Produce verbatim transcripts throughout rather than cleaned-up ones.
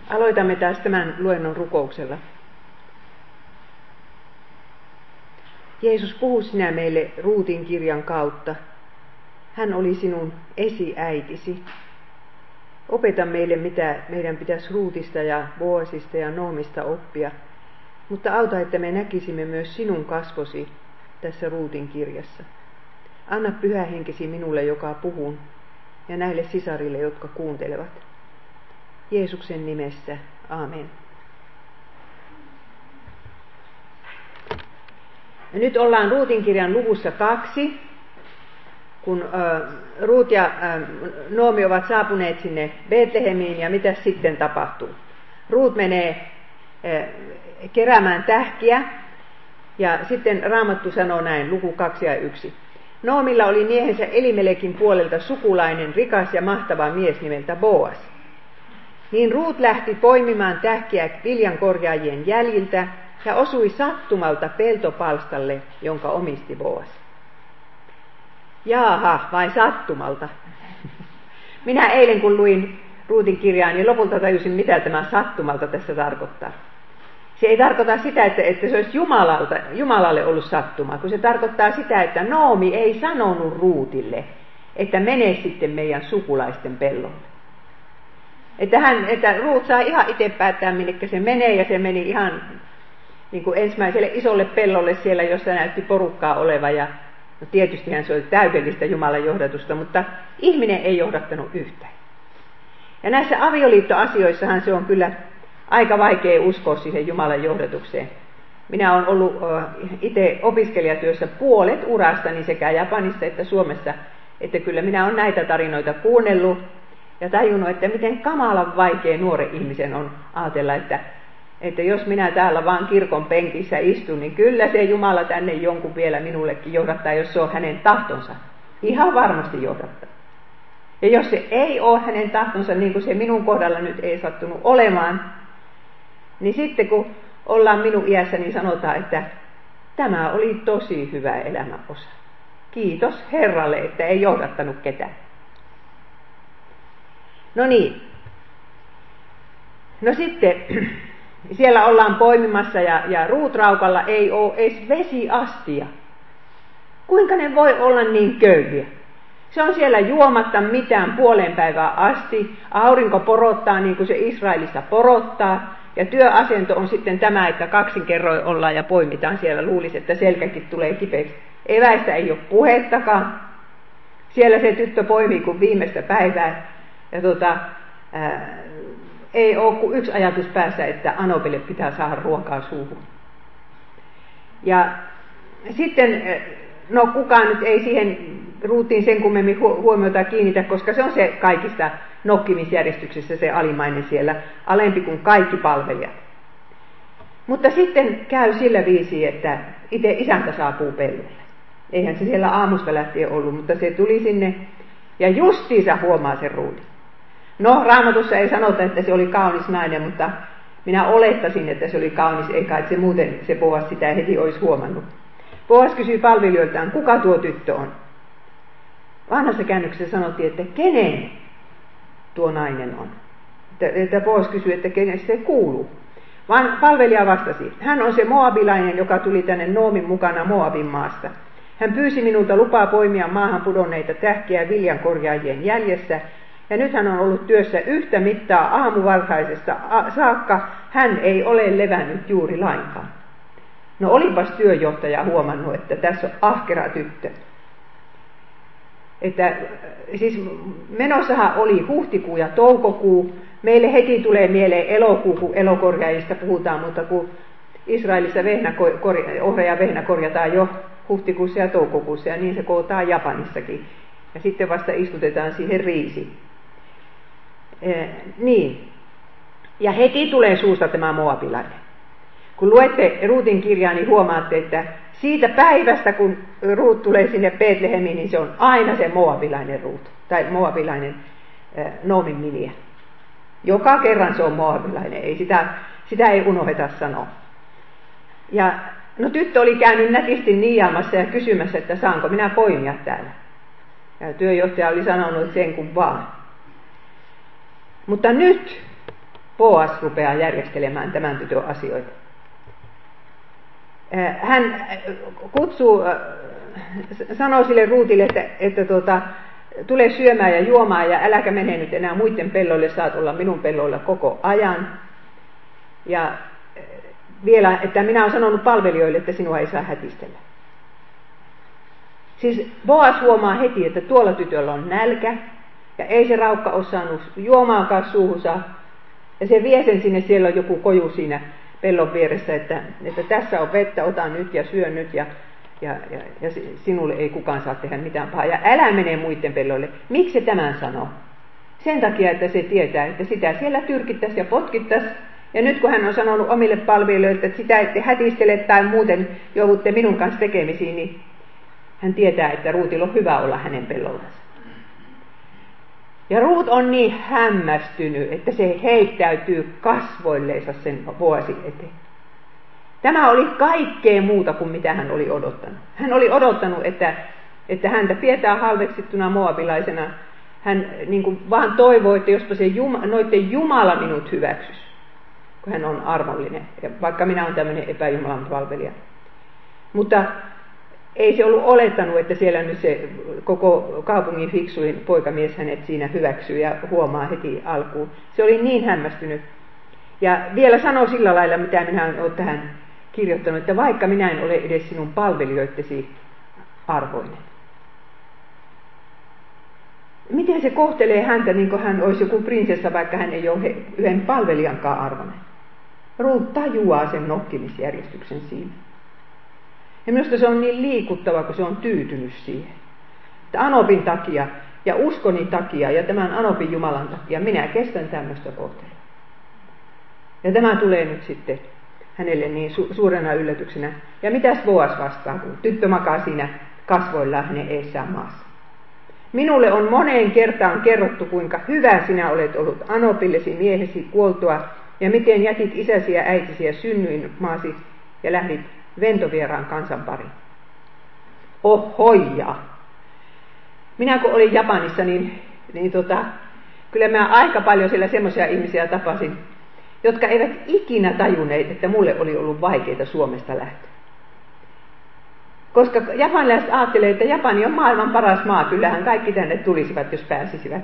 Aloitamme taas tämän luennon rukouksella. Jeesus, puhu sinä meille Ruutin kirjan kautta. Hän oli sinun esiäitisi. Opeta meille, mitä meidän pitäisi Ruutista ja Boasista ja Noomista oppia, mutta auta, että me näkisimme myös sinun kasvosi tässä Ruutin kirjassa. Anna pyhä henkesi minulle, joka puhun, ja näille sisarille, jotka kuuntelevat. Jeesuksen nimessä, aamen. Ja nyt ollaan Ruutin kirjan luvussa kaksi, kun äh, Ruut ja äh, Noomi ovat saapuneet sinne Betlehemiin, ja mitä sitten tapahtuu? Ruut menee äh, keräämään tähkiä, ja sitten Raamattu sanoo näin, luku kaksi ja yksi. Noomilla oli miehensä Elimelekin puolelta sukulainen, rikas ja mahtava mies nimeltä Boas. Niin Ruut lähti poimimaan tähkiä viljankorjaajien jäljiltä ja osui sattumalta peltopalstalle, jonka omisti Boas. Jaaha, vai sattumalta? Minä eilen kun luin Ruutin kirjaa, niin lopulta tajusin, mitä tämä sattumalta tässä tarkoittaa. Se ei tarkoita sitä, että, että se olisi Jumalalta, Jumalalle ollut sattuma, kun se tarkoittaa sitä, että Noomi ei sanonut Ruutille, että mene sitten meidän sukulaisten pellolle. Että, hän, että Ruut saa ihan itse päättää, minnekä se menee, ja se meni ihan niin kuin ensimmäiselle isolle pellolle siellä, jossa näytti porukkaa oleva, ja no tietystihän se oli täydellistä Jumalan johdatusta, mutta ihminen ei johdattanut yhtään. Ja näissä avioliittoasioissahan se on kyllä aika vaikea uskoa siihen Jumalan johdatukseen. Minä olen ollut itse opiskelijatyössä puolet urastani sekä Japanissa että Suomessa, että kyllä minä olen näitä tarinoita kuunnellut ja tajunnut, että miten kamalan vaikea nuoren ihmisen on ajatella, että, että jos minä täällä vaan kirkon penkissä istun, niin kyllä se Jumala tänne jonkun vielä minullekin johdattaa, jos se on hänen tahtonsa. Ihan varmasti johdattaa. Ja jos se ei ole hänen tahtonsa, niin kuin se minun kohdalla nyt ei sattunut olemaan, niin sitten kun ollaan minun iässä, niin sanotaan, että tämä oli tosi hyvä elämänosa. Kiitos Herralle, että ei johdattanut ketään. No niin. No sitten siellä ollaan poimimassa ja, ja ruutraukalla ei ole edes vesiastia. Kuinka ne voi olla niin köyhiä? Se on siellä juomatta mitään puoleen päivään asti. Aurinko porottaa niin kuin se Israelissa porottaa. Ja työasento on sitten tämä, että kaksin kerroin ollaan ja poimitaan siellä. Luulisi, että selkäkin tulee kipeäksi. Eväistä ei ole puhettakaan. Siellä se tyttö poimii kuin viimeistä päivää. Ja tota, ää, ei ole kuin yksi ajatus päässä, että Anopille pitää saada ruokaa suuhun. Ja sitten, no kukaan nyt ei siihen Ruutiin sen kummemmin huomiota kiinnitä, koska se on se kaikista nokkimisjärjestyksessä se alimainen siellä, alempi kuin kaikki palvelijat. Mutta sitten käy sillä viisi, että itse isäntä saapuu pellolle. Eihän se siellä aamusta lähtien ollut, mutta se tuli sinne ja justiinsa huomaa sen Ruutin. No, Raamatussa ei sanota, että se oli kaunis nainen, mutta minä olettaisin, että se oli kaunis, eikä että se muuten se Boas sitä heti olisi huomannut. Boas kysyi palvelijoiltaan, kuka tuo tyttö on? Vanhassa käännöksessä sanottiin, että kenen tuo nainen on. Että Boas kysyi, että kenen se kuuluu. Vaan palvelija vastasi, hän on se moabilainen, joka tuli tänne Noomin mukana Moabin maasta. Hän pyysi minulta lupaa poimia maahan pudonneita tähkiä viljankorjaajien jäljessä, ja nyt hän on ollut työssä yhtä mittaa aamuvarhaisesta saakka, hän ei ole levännyt juuri lainkaan. No olipas työjohtaja huomannut, että tässä on ahkera tyttö. Että siis menossahan oli huhtikuu ja toukokuu. Meille heti tulee mieleen elokuu, kun elokorjaajista puhutaan, mutta kun Israelissa vehnä, ohra ja vehnä korjataan jo huhtikuussa ja toukokuussa, ja niin se kootaan Japanissakin. Ja sitten vasta istutetaan siihen riisi. Eh, niin. Ja heti tulee suusta tämä moabilainen. Kun luette Ruutin kirjaa, niin huomaatte, että siitä päivästä, kun Ruut tulee sinne Betlehemiin, niin se on aina se moabilainen Ruut, tai moabilainen äh, Noomin miniä. Joka kerran se on moabilainen, ei sitä, sitä ei unoheta sanoa. Ja no tyttö oli käynyt nätisti niiaamassa ja kysymässä, että saanko minä poimia täällä. Ja työjohtaja oli sanonut, että sen kun vaan. Mutta nyt Boas rupeaa järjestelemään tämän tytön asioita. Hän kutsuu, sanoo sille Ruutille, että, että tuota, tule syömään ja juomaan ja äläkä mene nyt enää muiden pelloille, saat olla minun pelloilla koko ajan. Ja vielä, että minä olen sanonut palvelijoille, että sinua ei saa hätistellä. Siis Boas huomaa heti, että tuolla tytöllä on nälkä ja ei se raukka ole saanut juomaakaan suuhunsa. Ja se vie sen sinne, siellä on joku koju siinä pellon vieressä, että, että tässä on vettä, ota nyt ja syö nyt ja, ja, ja, ja sinulle ei kukaan saa tehdä mitään pahaa. Ja älä mene muiden pelloille. Miksi se tämän sanoo? Sen takia, että se tietää, että sitä siellä tyrkittäisi ja potkittaisi. Ja nyt kun hän on sanonut omille palvelijoille, että sitä ette hätistele tai muuten joudutte minun kanssa tekemisiin, niin hän tietää, että Ruutilla on hyvä olla hänen pellollansa. Ja Ruut on niin hämmästynyt, että se heittäytyy kasvoilleensa sen Boasin eteen. Tämä oli kaikkea muuta kuin mitä hän oli odottanut. Hän oli odottanut, että, että häntä pidetään halveksittuna moabilaisena. Hän niin kuin vaan toivoi, että jospa se Juma, noitten Jumala minut hyväksyisi, kun hän on armollinen, ja vaikka minä olen tämmöinen epäjumalan palvelija. Mutta ei se ollut olettanut, että siellä nyt se koko kaupungin fiksuin poikamies hänet siinä hyväksyy ja huomaa heti alkuun. Se oli niin hämmästynyt. Ja vielä sanoo sillä lailla, mitä minä olen tähän kirjoittanut, että vaikka minä en ole edes sinun palvelijoittesi arvoinen. Miten se kohtelee häntä niin kuin hän olisi joku prinsessa, vaikka hän ei ole yhden palvelijankaan arvoinen. Ruut tajuaa sen nokkimisjärjestyksen siinä. Ja minusta se on niin liikuttava, kun se on tyytynyt siihen. Että Anopin takia ja uskoni takia ja tämän Anopin Jumalan takia minä kestän tämmöistä kohtelua. Ja tämä tulee nyt sitten hänelle niin su- suurena yllätyksenä. Ja mitäs Boas vastaa, kun tyttö makaa siinä kasvoillaan hänen eessään maassa. Minulle on moneen kertaan kerrottu, kuinka hyvä sinä olet ollut Anopillesi miehesi kuoltua ja miten jätit isäsi ja äitisi ja synnyin maasi ja lähdit ventovieraan kansan pariin. Ohoja! Minä kun olin Japanissa, niin, niin tota, kyllä mä aika paljon siellä semmoisia ihmisiä tapasin, jotka eivät ikinä tajunneet, että mulle oli ollut vaikeita Suomesta lähteä. Koska japanilaiset ajattelee, että Japani on maailman paras maa, kyllähän kaikki tänne tulisivat, jos pääsisivät.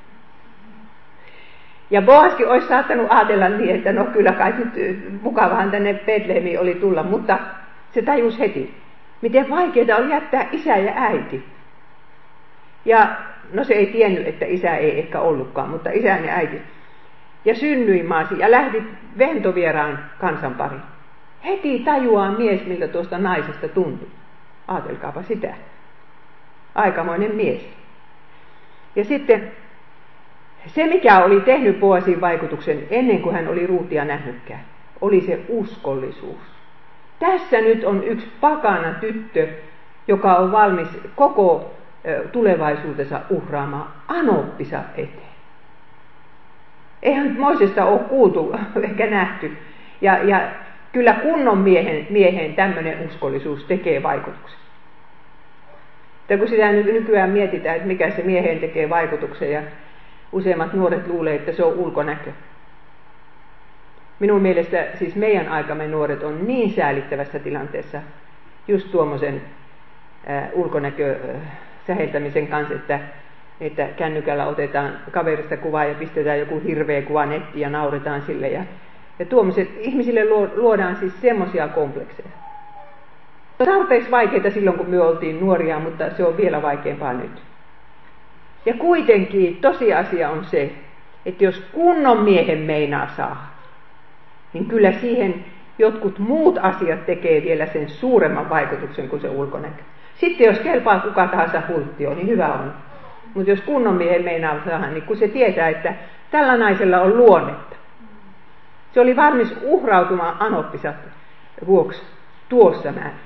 Ja Boaskin olisi saattanut ajatella niin, että no kyllä kai nyt mukavahan tänne Betlehemiin oli tulla, mutta se tajus heti, miten vaikeaa oli jättää isä ja äiti. Ja no se ei tiennyt, että isä ei ehkä ollutkaan, mutta isä ja äiti. Ja synnyin maasi ja lähdit ventovieraan kansan pariin. Heti tajuaa mies, miltä tuosta naisesta tuntui. Aatelkaapa sitä. Aikamoinen mies. Ja sitten se, mikä oli tehnyt Boasin vaikutuksen ennen kuin hän oli Ruutia nähnytkään, oli se uskollisuus. Tässä nyt on yksi pakana tyttö, joka on valmis koko tulevaisuutensa uhraamaan Anoppisa eteen. Eihän Moisesta ole kuultu eikä nähty. Ja, ja kyllä kunnon miehen, mieheen tämmöinen uskollisuus tekee vaikutuksen. Ja kun sitä nykyään mietitään, että mikä se mieheen tekee vaikutuksen, ja useimmat nuoret luulee, että se on ulkonäkö. Minun mielestä siis meidän aikamme nuoret on niin säälittävässä tilanteessa just tuommoisen äh, ulkonäkö äh, säheltämisen kanssa, että, että kännykällä otetaan kaverista kuvaa ja pistetään joku hirveä kuva nettiin ja nauretaan sille. Ja, ja tuommoiset ihmisille luodaan siis semmoisia komplekseja. Se on tarpeeksi vaikeaa silloin, kun me oltiin nuoria, mutta se on vielä vaikeampaa nyt. Ja kuitenkin tosiasia on se, että jos kunnon miehen meinaa saada, niin kyllä siihen jotkut muut asiat tekee vielä sen suuremman vaikutuksen kuin se ulkonäkö. Sitten jos kelpaa kuka tahansa hulttio, niin hyvä on. Mutta jos kunnon miehen meinaa saada, niin kun se tietää, että tällä naisella on luonnetta. Se oli valmis uhrautumaan Anoppisa vuoksi tuossa määrin.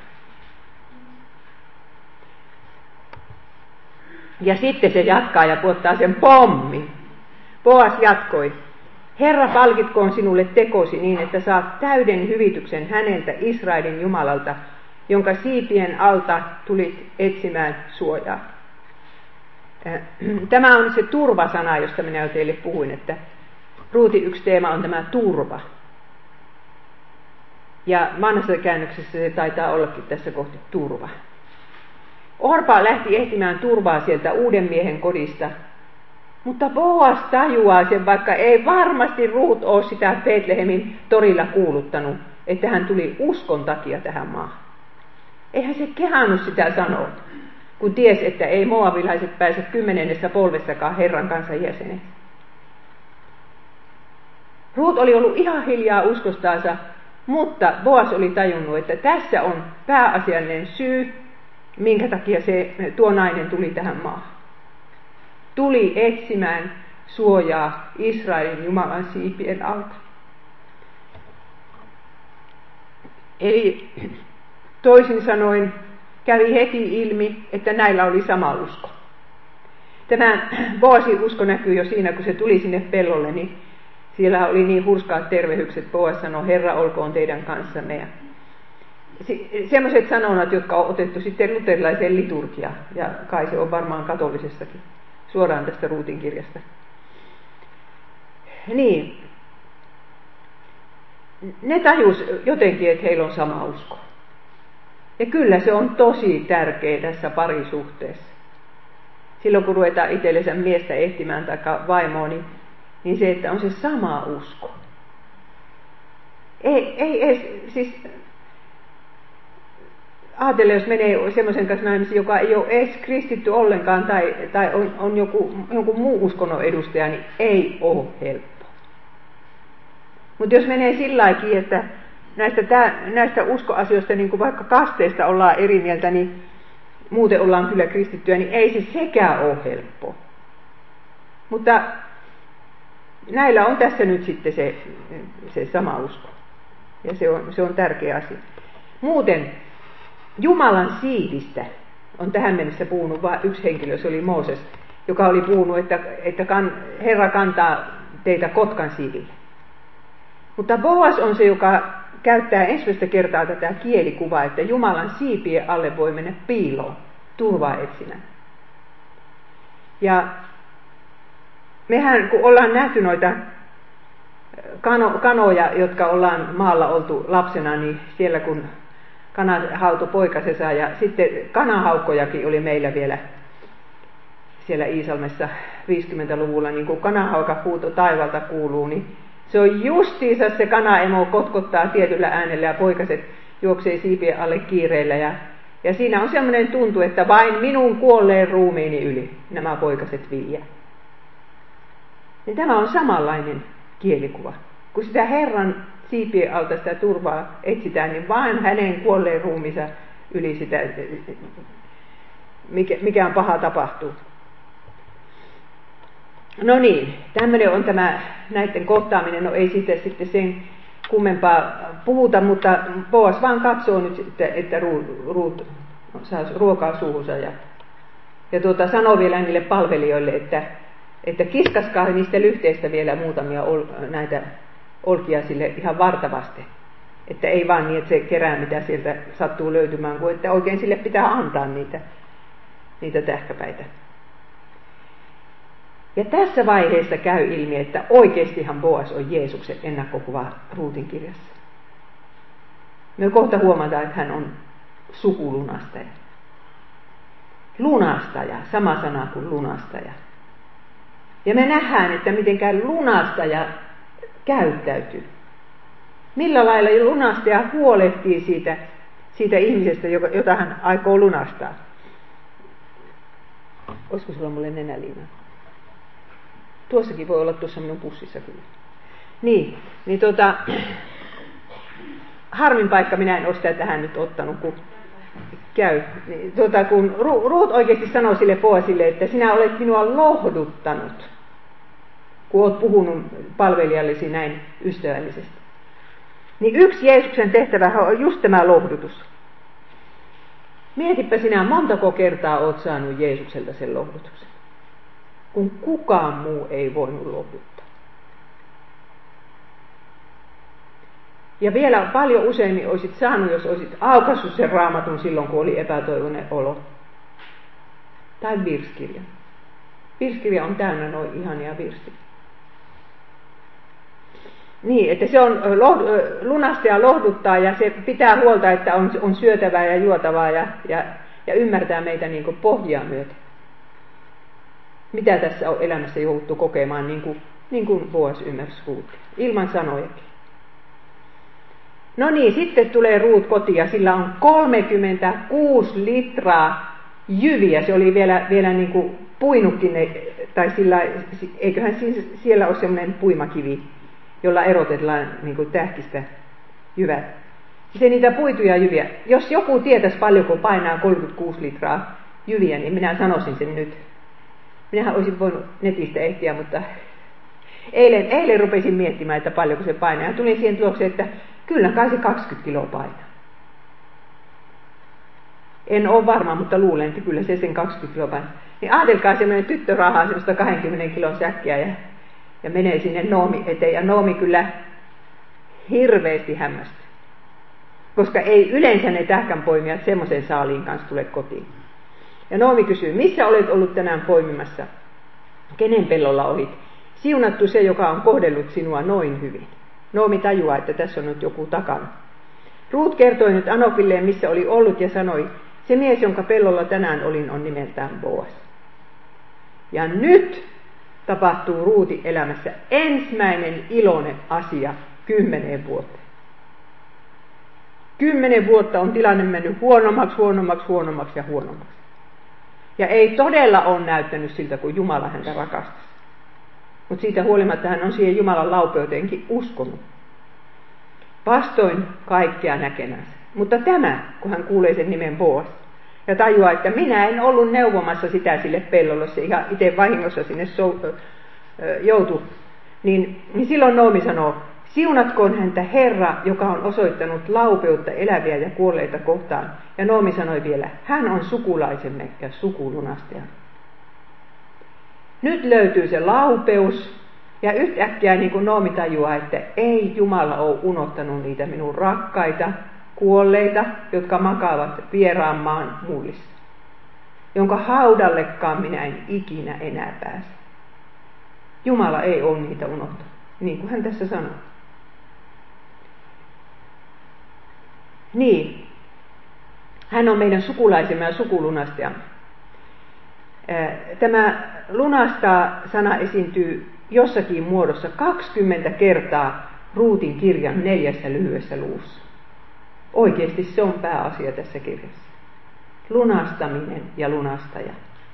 Ja sitten se jatkaa ja puottaa sen pommin. Boas jatkoi. Herra palkitkoon sinulle tekosi niin, että saat täyden hyvityksen häneltä Israelin Jumalalta, jonka siipien alta tulit etsimään suojaa. Tämä on se turvasana, josta minä jo teille puhuin, että Ruutin yksi teema on tämä turva. Ja vanhassa käännöksessä se taitaa ollakin tässä kohti turva. Orpa lähti etsimään turvaa sieltä uuden miehen kodista, mutta Boas tajuaa sen, vaikka ei varmasti Ruut ole sitä Betlehemin torilla kuuluttanut, että hän tuli uskon takia tähän maahan. Eihän se kehannut sitä sanoa, kun ties, että ei moabilaiset pääse kymmenennessä polvessakaan Herran kanssa jäseneksi. Ruut oli ollut ihan hiljaa uskostaansa, mutta Boas oli tajunnut, että tässä on pääasiallinen syy, minkä takia se, tuo nainen tuli tähän maahan. Tuli etsimään suojaa Israelin Jumalan siipien alta. Eli toisin sanoen kävi heti ilmi, että näillä oli sama usko. Tämä Boasin usko näkyy jo siinä, kun se tuli sinne pellolle, niin siellä oli niin hurskaat tervehykset. Boas sanoi, Herra olkoon teidän kanssanne. Ja sellaiset sanonnat, jotka on otettu sitten luterilaiseen liturgiaan, ja kai se on varmaan katolisessakin, suoraan tästä Ruutin kirjasta. Niin, ne tajus jotenkin, että heillä on sama usko. Ja kyllä se on tosi tärkeä tässä parisuhteessa. Silloin kun ruvetaan itsellensä miestä etsimään tai vaimoa, niin, niin se, että on se sama usko. Ei, ei, ei siis ajatella, jos menee semmoisen kanssa naimisiin, joka ei ole edes kristitty ollenkaan tai, tai on, on joku, jonkun muu uskonnon edustaja, niin ei ole helppo. Mutta jos menee sillä lailla, että näistä, tää, näistä uskoasioista, niin kuin vaikka kasteista ollaan eri mieltä, niin muuten ollaan kyllä kristittyjä, niin ei se sekään ole helppo. Mutta näillä on tässä nyt sitten se, se sama usko. Ja se on, se on tärkeä asia. Muuten Jumalan siivistä on tähän mennessä puhunut vain yksi henkilö, se oli Mooses, joka oli puhunut, että, että kan, Herra kantaa teitä kotkan siiville. Mutta Boas on se, joka käyttää ensimmäistä kertaa tätä kielikuvaa, että Jumalan siipien alle voi mennä piiloon, turvaa etsimään. Ja mehän, kun ollaan nähty noita kano, kanoja, jotka ollaan maalla oltu lapsena, niin siellä kun kana hautoi poikasensa ja sitten kanahaukkojakin oli meillä vielä siellä Iisalmessa viisikymmentäluvulla, niin kun kanahauka huuto taivalta kuuluu, niin se on justiinsa se kanaemo kotkottaa tietyllä äänellä ja poikaset juoksee siipien alle kiireellä. Ja, ja siinä on semmoinen tuntu, että vain minun kuolleen ruumiini yli nämä poikaset viiää. Niin tämä on samanlainen kielikuva. Kun sitä Herran siipien alta sitä turvaa etsitään, niin vain hänen kuolleen ruumiinsa yli sitä, mikä, mikään paha tapahtuu. No niin, tämmöinen on tämä näiden kohtaaminen. No ei siitä sitten sen kummempaa puhuta, mutta Boas vaan katsoo nyt, että, että Ruut saa ruokaa suuhunsa ja, ja tuota, sanoo vielä niille palvelijoille, että, että kiskaskaa niistä lyhteistä vielä muutamia ol, näitä olkia sille ihan vartavasti. Että ei vaan niin, että se kerää mitä sieltä sattuu löytymään, kun että oikein sille pitää antaa niitä, niitä tähkäpäitä. Ja tässä vaiheessa käy ilmi, että oikeastihan Boas on Jeesuksen ennakkokuva Ruutin kirjassa. Me kohta huomataan, että hän on sukulunastaja. Lunastaja, sama sana kuin lunastaja. Ja me nähdään, että mitenkään lunastaja käyttäytyy. Millä lailla lunastaja huolehtii siitä, siitä ihmisestä, jota hän aikoo lunastaa. Olisiko sulla mulle nenäliina? Tuossakin voi olla tuossa minun pussissa kyllä. Niin, niin tota, harmin paikka minä en ole sitä tähän nyt ottanut, kun käy. Niin, tota, kun Ruut oikeasti sanoi sille Boasille, että sinä olet minua lohduttanut, kun olet puhunut palvelijallesi näin ystävällisesti. Niin yksi Jeesuksen tehtävä on just tämä lohdutus. Mietipä sinä, montako kertaa olet saanut Jeesukselta sen lohdutuksen, kun kukaan muu ei voinut lohduttaa. Ja vielä paljon useammin olisit saanut, jos olisit aukaissut sen Raamatun silloin, kun oli epätoivoinen olo. Tai virskirja. Virskirja on täynnä noin ihania virsiä. Niin, että se on lunastaja lohduttaa ja se pitää huolta, että on, on syötävää ja juotavaa ja, ja, ja ymmärtää meitä niin kuin pohjaa myöten. Mitä tässä on elämässä jouduttu kokemaan, niin kuin, niin kuin Boas ymmärsi Ruutia, ilman sanojakin. No niin, sitten tulee Ruut kotiin ja sillä on kolmekymmentäkuusi litraa jyviä. Se oli vielä, vielä niin kuin puinutkin, tai sillä, eiköhän siellä ole semmoinen puimakivi, jolla erotetaan niin kuin tähkistä jyvät. Se niitä puituja jyviä. Jos joku tietäisi paljonko painaa kolmekymmentäkuusi litraa jyviä, niin minä sanoisin sen nyt. Minähän olisin voinut netistä ehtiä, mutta eilen, eilen rupesin miettimään, että paljonko se painaa. Ja tulin siihen tulokseen, että kyllä kai se kaksikymmentä kiloa painaa. En ole varma, mutta luulen, että kyllä se sen kaksikymmentä kiloa painaa. Niin ajatelkaa, semmoinen tyttö rahaa semmoista kaksikymmentä kilon säkkiä ja, ja menee sinne Noomi eteen. Ja Noomi kyllä hirveästi hämmästyi. Koska ei yleensä ne tähkänpoimijat semmoisen saaliin kanssa tule kotiin. Ja Noomi kysyy, missä olet ollut tänään poimimassa? Kenen pellolla olit? Siunattu se, joka on kohdellut sinua noin hyvin. Noomi tajuaa, että tässä on nyt joku takana. Ruut kertoi nyt Anopilleen, missä oli ollut ja sanoi, se mies, jonka pellolla tänään olin, on nimeltään Boas. Ja nyt tapahtuu Ruutin elämässä ensimmäinen iloinen asia kymmeneen vuoteen. Kymmenen vuotta on tilanne mennyt huonommaksi, huonommaksi, huonommaksi ja huonommaksi. Ja ei todella ole näyttänyt siltä, kun Jumala häntä rakastaisi. Mutta siitä huolimatta hän on siihen Jumalan laupeuteenkin uskonut. Vastoin kaikkea näkemänsä. Mutta tämä, kun hän kuulee sen nimen Boas, ja tajuaa, että minä en ollut neuvomassa sitä sille pellolle, se ihan itse vahingossa sinne joutui, niin, niin silloin Noomi sanoo, siunatkoon häntä Herra, joka on osoittanut laupeutta eläviä ja kuolleita kohtaan. Ja Noomi sanoi vielä, hän on sukulaisemme ja sukulunastaja. Nyt löytyy se laupeus, ja yhtäkkiä niin kuin Noomi tajuaa, että ei Jumala ole unohtanut niitä minun rakkaita, kuolleita, jotka makaavat vieraan maan mullissa, jonka haudallekaan minä en ikinä enää pääse. Jumala ei ole niitä unohtanut, niin kuin hän tässä sanoo. Niin, hän on meidän sukulaisemme ja sukulunastajamme. Tämä lunastaa sana esiintyy jossakin muodossa kaksikymmentä kertaa Ruutin kirjan neljässä lyhyessä luvussa. Oikeasti se on pääasia tässä kirjassa. Lunastaminen ja lunastaja.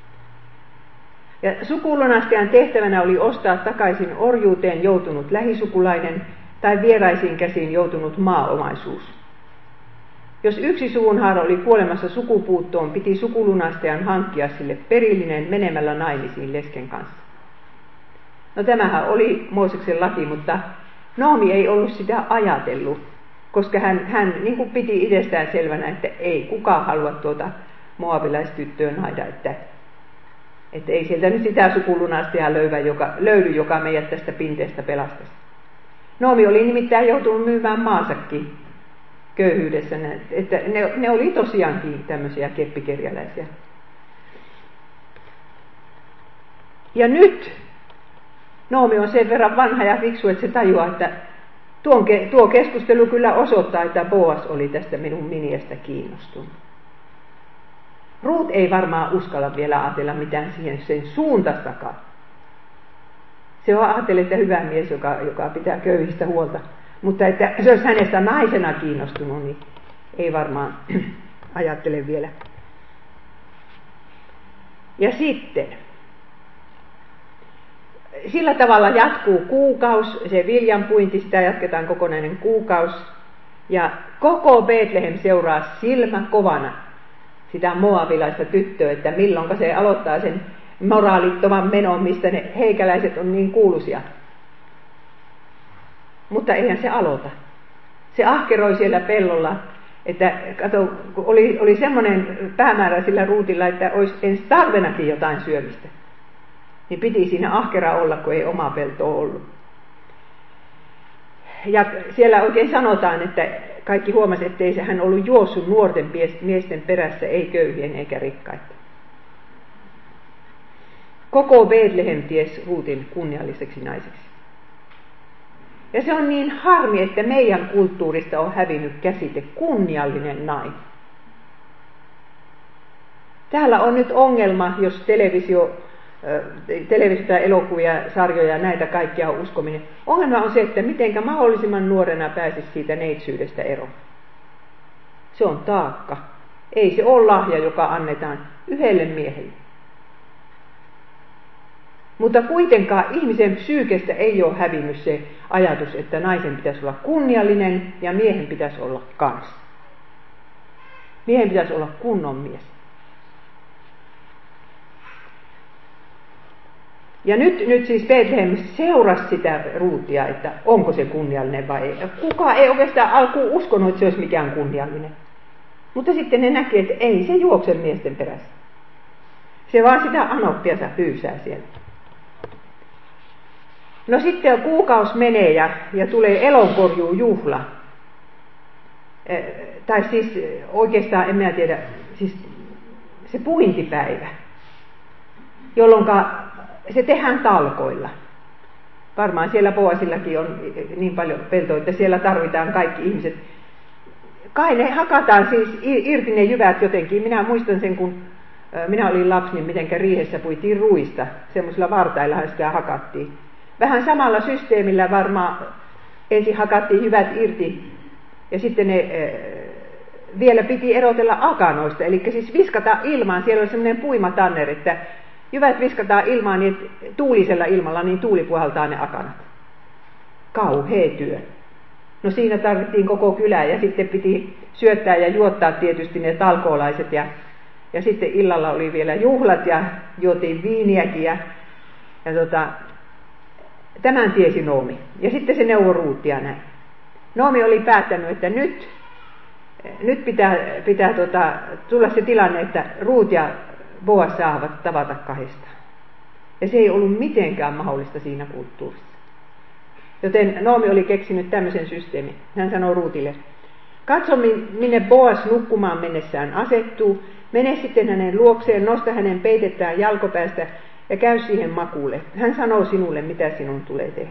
Ja sukulunastajan tehtävänä oli ostaa takaisin orjuuteen joutunut lähisukulainen tai vieraisiin käsiin joutunut maaomaisuus. Jos yksi suvunhaara oli kuolemassa sukupuuttoon, piti sukulunastajan hankkia sille perillinen menemällä naimisiin lesken kanssa. No tämähän oli Mooseksen laki, mutta Noomi ei ollut sitä ajatellut, koska hän, hän niin kuin piti itsestään selvänä, että ei kukaan halua tuota moabilaistyttöä naida, että, että ei sieltä nyt sitä sukulunastajaa löydy, joka, löydy, joka meidät tästä pinteestä pelastaisi. Noomi oli nimittäin joutunut myymään maasakin köyhyydessä, että ne, ne oli tosiaankin tämmöisiä keppikerjäläisiä. Ja nyt Noomi on sen verran vanha ja fiksu, että se tajuaa, että tuon, tuo keskustelu kyllä osoittaa, että Boas oli tästä minun miniästä kiinnostunut. Ruut ei varmaan uskalla vielä ajatella mitään siihen sen suuntastakaan. Se on ajatellut, että hyvä mies, joka, joka pitää köyhistä huolta. Mutta että se olisi hänestä naisena kiinnostunut, niin ei varmaan ajattele vielä. Ja sitten, sillä tavalla jatkuu kuukausi, se viljanpuinti, sitä jatketaan kokonainen kuukausi. Ja koko Betlehem seuraa silmä kovana sitä moabilaista tyttöä, että milloinka se aloittaa sen moraalittoman menon, mistä ne heikäläiset on niin kuuluisia. Mutta eihän se aloita. Se ahkeroi siellä pellolla, että kato, oli, oli semmoinen päämäärä sillä Ruutilla, että olisi ensi talvenakin jotain syömistä. Niin piti siinä ahkera olla, kun ei oma pelto ollut. Ja siellä oikein sanotaan, että kaikki huomasi, ettei se hän ollut juossut nuorten miesten perässä, ei köyhien eikä rikkaita. Koko Betlehem ties Ruutin kunnialliseksi naiseksi. Ja se on niin harmi, että meidän kulttuurista on hävinnyt käsite kunniallinen nainen. Täällä on nyt ongelma, jos televisio, televisiota, elokuvia, sarjoja, näitä kaikkia on uskominen. Ongelma on se, että mitenkä mahdollisimman nuorena pääsisi siitä neitsyydestä eroon. Se on taakka. Ei se ole lahja, joka annetaan yhdelle miehelle. Mutta kuitenkaan ihmisen psyykestä ei ole hävinnyt se ajatus, että naisen pitäisi olla kunniallinen ja miehen pitäisi olla kanssa. Miehen pitäisi olla kunnon mies. Ja nyt, nyt siis Betlehem seurasi sitä Ruutia, että onko se kunniallinen vai ei. Kukaan ei oikeastaan alkuun uskonut, että se olisi mikään kunniallinen. Mutta sitten ne näki, että ei se juokse miesten perässä. Se vaan sitä anoppiansa pyysää siellä. No sitten kuukausi menee ja, ja tulee elonkorjuujuhla. Eh, tai siis oikeastaan, en minä tiedä, siis se puintipäivä, jolloin se tehdään talkoilla. Varmaan siellä Boasillakin on niin paljon peltoa, että siellä tarvitaan kaikki ihmiset. Kai ne hakataan siis irti ne jyvät jotenkin. Minä muistan sen, kun minä olin lapsi, niin mitenkä riihessä puitiin ruista. Semmoisilla vartaillahan sitä hakattiin. Vähän samalla systeemillä varmaan ensin hakattiin jyvät irti ja sitten ne vielä piti erotella akanoista. Eli siis viskata ilmaan. Siellä oli semmoinen puimatanner, että jyvät viskataan ilmaan niin, että tuulisella ilmalla niin tuuli puhaltaa ne akanat. Kauhea työ. No siinä tarvittiin koko kylää ja sitten piti syöttää ja juottaa tietysti ne talkoolaiset ja, ja sitten illalla oli vielä juhlat ja juotiin viiniäkin ja, ja tota, tämän tiesi Noomi. Ja sitten se neuvoi Ruutia näin. Noomi oli päättänyt, että nyt, nyt pitää, pitää tota, tulla se tilanne, että Ruut ja Boas saavat tavata kahdestaan. Ja se ei ollut mitenkään mahdollista siinä kulttuurissa. Joten Noomi oli keksinyt tämmöisen systeemin. Hän sanoi Ruutille, katso minne Boas nukkumaan mennessään asettuu, mene sitten hänen luokseen, nosta hänen peitettään jalkopäästä ja käy siihen makuulle. Hän sanoo sinulle, mitä sinun tulee tehdä.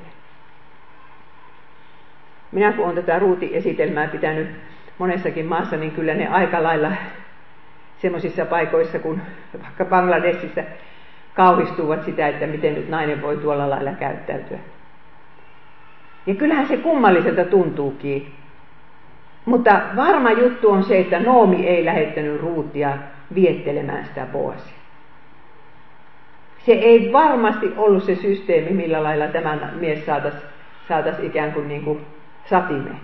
Minä kun olen tätä Ruuti-esitelmää pitänyt monessakin maassa, niin kyllä ne aika lailla semmoisissa paikoissa, kun vaikka Bangladesissa kauhistuvat sitä, että miten nyt nainen voi tuolla lailla käyttäytyä. Ja kyllähän se kummalliselta tuntuukin. Mutta varma juttu on se, että Noomi ei lähettänyt Ruutia viettelemään sitä Boasia. Se ei varmasti ollut se systeemi, millä lailla tämän mies saataisiin saatais ikään kuin, niin kuin satimeen.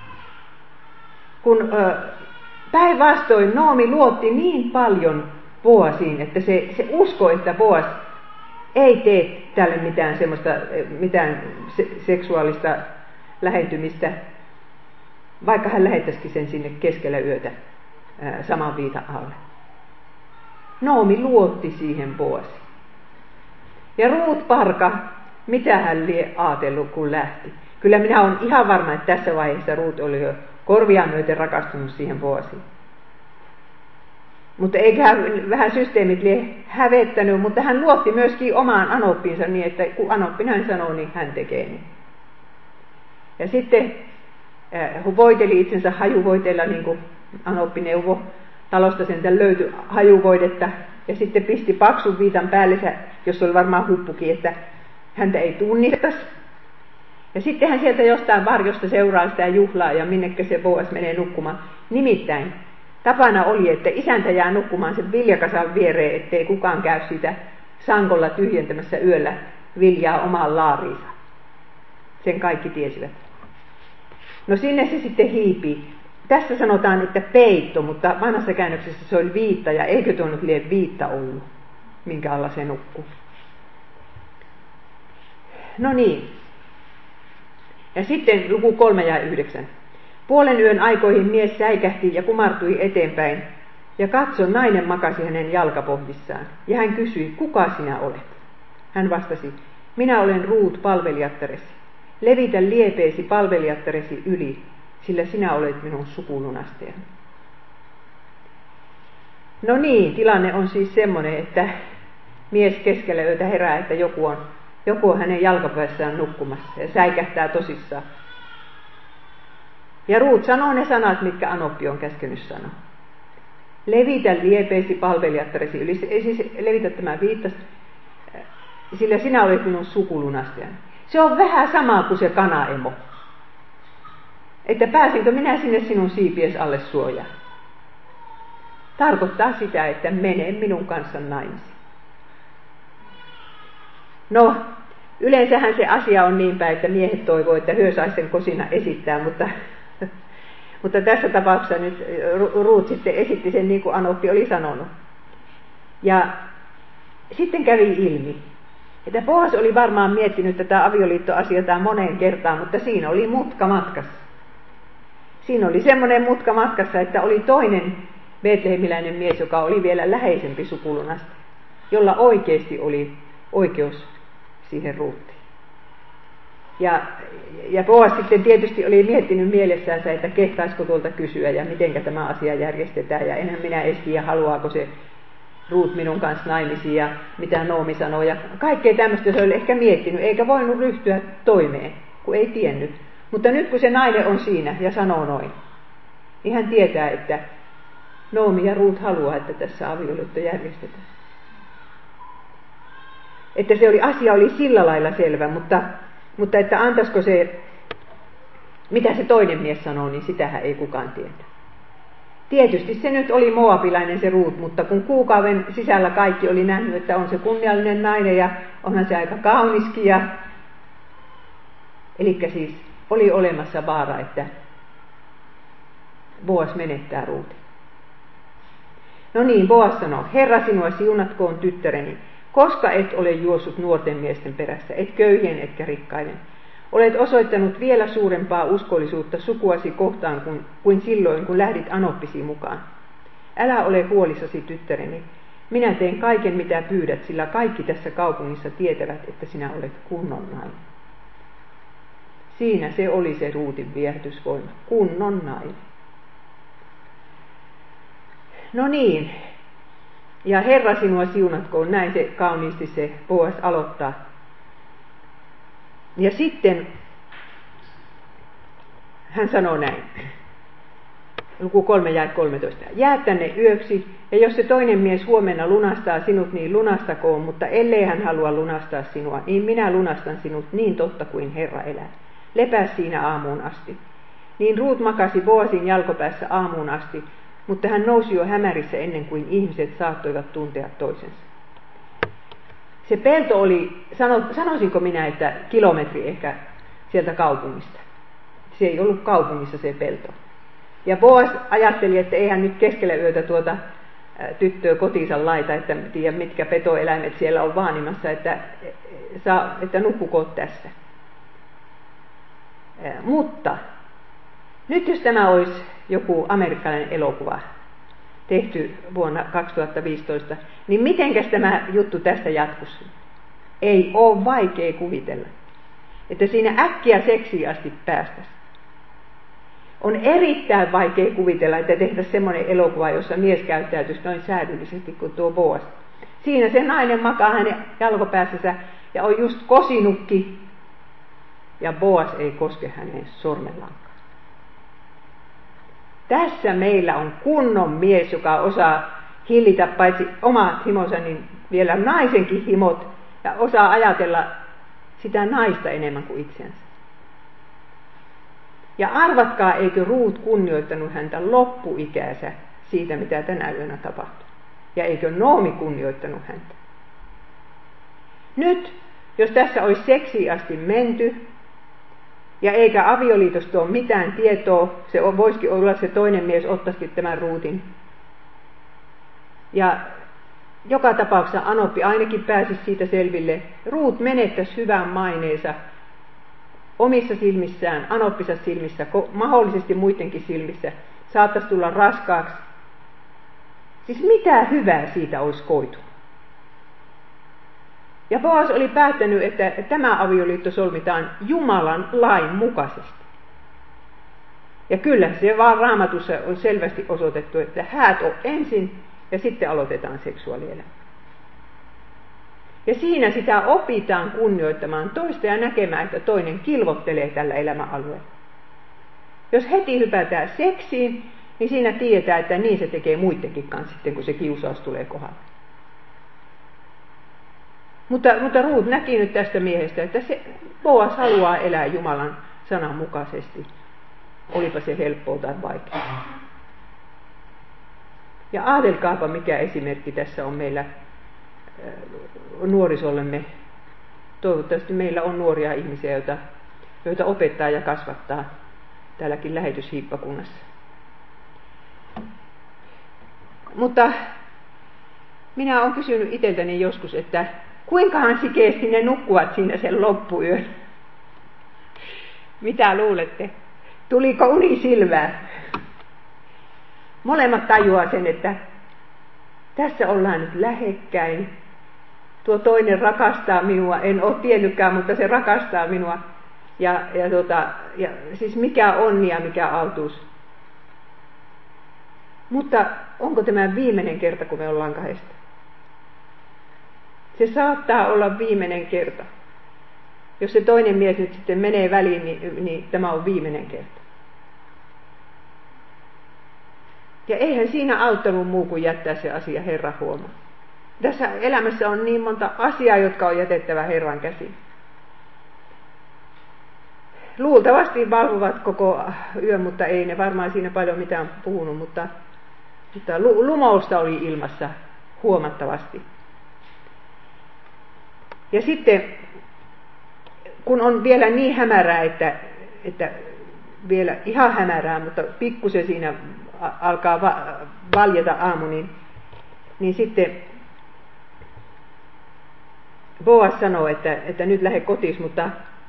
Kun ö, päinvastoin Noomi luotti niin paljon Boasiin, että se, se uskoi, että Boas ei tee tälle mitään semmoista, mitään se, seksuaalista lähentymistä, vaikka hän lähettäisikin sen sinne keskellä yötä ää, saman viitan alle. Noomi luotti siihen Boasiin. Ja Ruut parka, mitä hän lie ajatellut, kun lähti. Kyllä minä olen ihan varma, että tässä vaiheessa Ruut oli jo korviaan myöten rakastunut siihen Boasiin. Mutta eikä hän vähän systeemit lie hävettänyt, mutta hän luotti myöskin omaan anoppinsa niin, että kun anoppi näin sanoo, niin hän tekee niin. Ja sitten hän voiteli itsensä hajuvoiteilla, niin kuin anoppi neuvo. Talosta sentään löytyi hajuvoidetta ja sitten pisti paksun viitan päälle, jos oli varmaan huppukin, että häntä ei tunnistaisi. Ja sitten hän sieltä jostain varjosta seuraa sitä juhlaa ja minnekä se Boas menee nukkumaan. Nimittäin tapana oli, että isäntä jää nukkumaan sen viljakasan viereen, ettei kukaan käy sitä sankolla tyhjentämässä yöllä viljaa omaan laariinsa. Sen kaikki tiesivät. No sinne se sitten hiipii. Tässä sanotaan, että peitto, mutta vanhassa käännöksessä se oli viitta, ja eikö tuo nyt lie viitta ollut, minkä alla se nukkuu. No niin. Ja sitten luku kolme ja yhdeksän. Puolen yön aikoihin mies säikähti ja kumartui eteenpäin, ja katso, nainen makasi hänen jalkapohjissaan, ja hän kysyi, kuka sinä olet? Hän vastasi, minä olen Ruut palvelijattaresi. Levitä liepeesi palvelijattaresi yli, sillä sinä olet minun sukulunastajani. No niin, tilanne on siis semmoinen, että mies keskellä yötä herää, että joku on joku on hänen jalkapäässään nukkumassa ja säikähtää tosissaan. Ja Ruut sanoo ne sanat, mitkä Anoppi on käskenyt sanoa. Levitä liepeisi palvelijattaresi yli, ei siis levitä tämä viittas, sillä sinä olet minun sukulunastajani. Se on vähän sama kuin se kanaemo. Että pääsenkö minä sinne sinun siipies alle suojaan. Tarkoittaa sitä, että mene minun kanssa naimisiin. No, yleensähän se asia on niin päin, että miehet toivoo, että hyö saisi sen kosina esittää, mutta, mutta tässä tapauksessa nyt Ruut sitten esitti sen niin kuin Anoppi oli sanonut. Ja sitten kävi ilmi, että Boas oli varmaan miettinyt tätä avioliittoasiaa moneen kertaan, mutta siinä oli mutka matkassa. Siinä oli semmoinen mutka matkassa, että oli toinen betlehemiläinen mies, joka oli vielä läheisempi sukulunasta, jolla oikeasti oli oikeus siihen Ruuttiin. Ja, ja Boas sitten tietysti oli miettinyt mielessänsä, että kehtaisiko tuolta kysyä ja miten tämä asia järjestetään. Ja enhän minä edes tiedä, haluaako se Ruut minun kanssa naimisiin ja mitä Noomi sanoo. Ja kaikkea tämmöistä se oli ehkä miettinyt, eikä voinut ryhtyä toimeen, kun ei tiennyt. Mutta nyt kun se nainen on siinä ja sanoo noin, niin hän tietää, että Noomi ja Ruut haluaa, että tässä avioliitto järjestetään. Että se oli, asia oli sillä lailla selvä, mutta, mutta että antaisiko se, mitä se toinen mies sanoo, niin sitähän ei kukaan tiedä. Tietysti se nyt oli moabilainen se Ruut, mutta kun kuukauden sisällä kaikki oli nähnyt, että on se kunniallinen nainen ja onhan se aika kauniskin. Ja... Eli siis oli olemassa vaara, että Boas menettää Ruutin. No niin, Boas sanoi, Herra sinua siunatkoon tyttäreni, koska et ole juossut nuorten miesten perässä, et köyhien etkä rikkaiden. Olet osoittanut vielä suurempaa uskollisuutta sukuasi kohtaan kuin, kuin silloin, kun lähdit Anoppisi mukaan. Älä ole huolissasi, tyttäreni. Minä teen kaiken, mitä pyydät, sillä kaikki tässä kaupungissa tietävät, että sinä olet kunnon nainen. Siinä se oli se Ruutin viehätysvoima, kunnon nainen. No niin, ja Herra sinua siunatkoon, näin se kauniisti se Boas aloittaa. Ja sitten hän sanoo näin, luku kolme ja kolmetoista. Jää tänne yöksi, ja jos se toinen mies huomenna lunastaa sinut, niin lunastakoon, mutta ellei hän halua lunastaa sinua, niin minä lunastan sinut niin totta kuin Herra elää. Lepää siinä aamuun asti. Niin Ruut makasi Boasin jalkopäässä aamuun asti, mutta hän nousi jo hämärissä ennen kuin ihmiset saattoivat tuntea toisensa. Se pelto oli, sano, sanoisinko minä, että kilometri ehkä sieltä kaupungista. Se ei ollut kaupungissa se pelto. Ja Boas ajatteli, että eihän nyt keskellä yötä tuota tyttöä kotiinsa laita, että tiedä mitkä petoeläimet siellä on vaanimassa, että, että nukkukoot tässä. Mutta nyt jos tämä olisi joku amerikkalainen elokuva tehty vuonna kaksituhattaviisitoista, niin mitenkäs tämä juttu tästä jatkuisi? Ei ole vaikea kuvitella, että siinä äkkiä seksiin asti päästäisiin. On erittäin vaikea kuvitella, että tehtäisiin semmoinen elokuva, jossa mies käyttäytyisi noin säädyllisesti kuin tuo Boas. Siinä se nainen makaa hänen jalkopäässänsä ja on just kosinukki, ja Boas ei koske hänen sormellankaan. Tässä meillä on kunnon mies, joka osaa hillitä paitsi omat himonsa, niin vielä naisenkin himot, ja osaa ajatella sitä naista enemmän kuin itsensä. Ja arvatkaa, eikö Ruut kunnioittanut häntä loppuikäänsä siitä, mitä tänä yönä tapahtui. Ja eikö Noomi kunnioittanut häntä. Nyt, jos tässä olisi seksiin asti menty, ja eikä avioliitosta ole mitään tietoa, se voisikin olla se toinen mies ottaisikin tämän Ruutin. Ja joka tapauksessa Anoppi ainakin pääsisi siitä selville. Ruut menettäisi hyvän maineensa omissa silmissään, Anoppissa silmissä, mahdollisesti muidenkin silmissä. Saattaisi tulla raskaaksi. Siis mitä hyvää siitä olisi koitu? Ja Boas oli päättänyt, että tämä avioliitto solmitaan Jumalan lain mukaisesti. Ja kyllä se vaan Raamatussa on selvästi osoitettu, että häät on ensin ja sitten aloitetaan seksuaalielämä. Ja siinä sitä opitaan kunnioittamaan toista ja näkemään, että toinen kilvottelee tällä elämäalueella. Jos heti hypätään seksiin, niin siinä tiedetään, että niin se tekee muidenkin kanssa sitten, kun se kiusaus tulee kohdalle. Mutta, mutta Ruut näki nyt tästä miehestä, että se Boas haluaa elää Jumalan sanan mukaisesti. Olipa se helppoa tai vaikeaa. Ja ajatelkaapa, mikä esimerkki tässä on meillä nuorisollemme. Toivottavasti meillä on nuoria ihmisiä, joita, joita opettaa ja kasvattaa täälläkin lähetyshiippakunnassa. Mutta minä olen kysynyt itseltäni joskus, että kuinkahan sikeästi ne nukkuvat siinä sen loppuyön? Mitä luulette? Tuliko uni silmään? Molemmat tajuaa sen, että tässä ollaan nyt lähekkäin. Tuo toinen rakastaa minua, en ole tiennytkään, mutta se rakastaa minua. Ja, ja, tota, ja siis mikä onni ja mikä autuus. Mutta onko tämä viimeinen kerta, kun me ollaan kahdesta? Se saattaa olla viimeinen kerta. Jos se toinen mies nyt sitten menee väliin, niin, niin tämä on viimeinen kerta. Ja eihän siinä auttanut muu kuin jättää se asia Herran huomaan. Tässä elämässä on niin monta asiaa, jotka on jätettävä Herran käsiin. Luultavasti valvovat koko yön, mutta ei ne varmaan siinä paljon mitään puhunut, mutta, mutta lumousta oli ilmassa huomattavasti. Ja sitten, kun on vielä niin hämärää, että, että vielä ihan hämärää, mutta pikkusen siinä alkaa va- valjeta aamu, niin, niin sitten Boas sanoo, että, että nyt lähde kotiin, mutta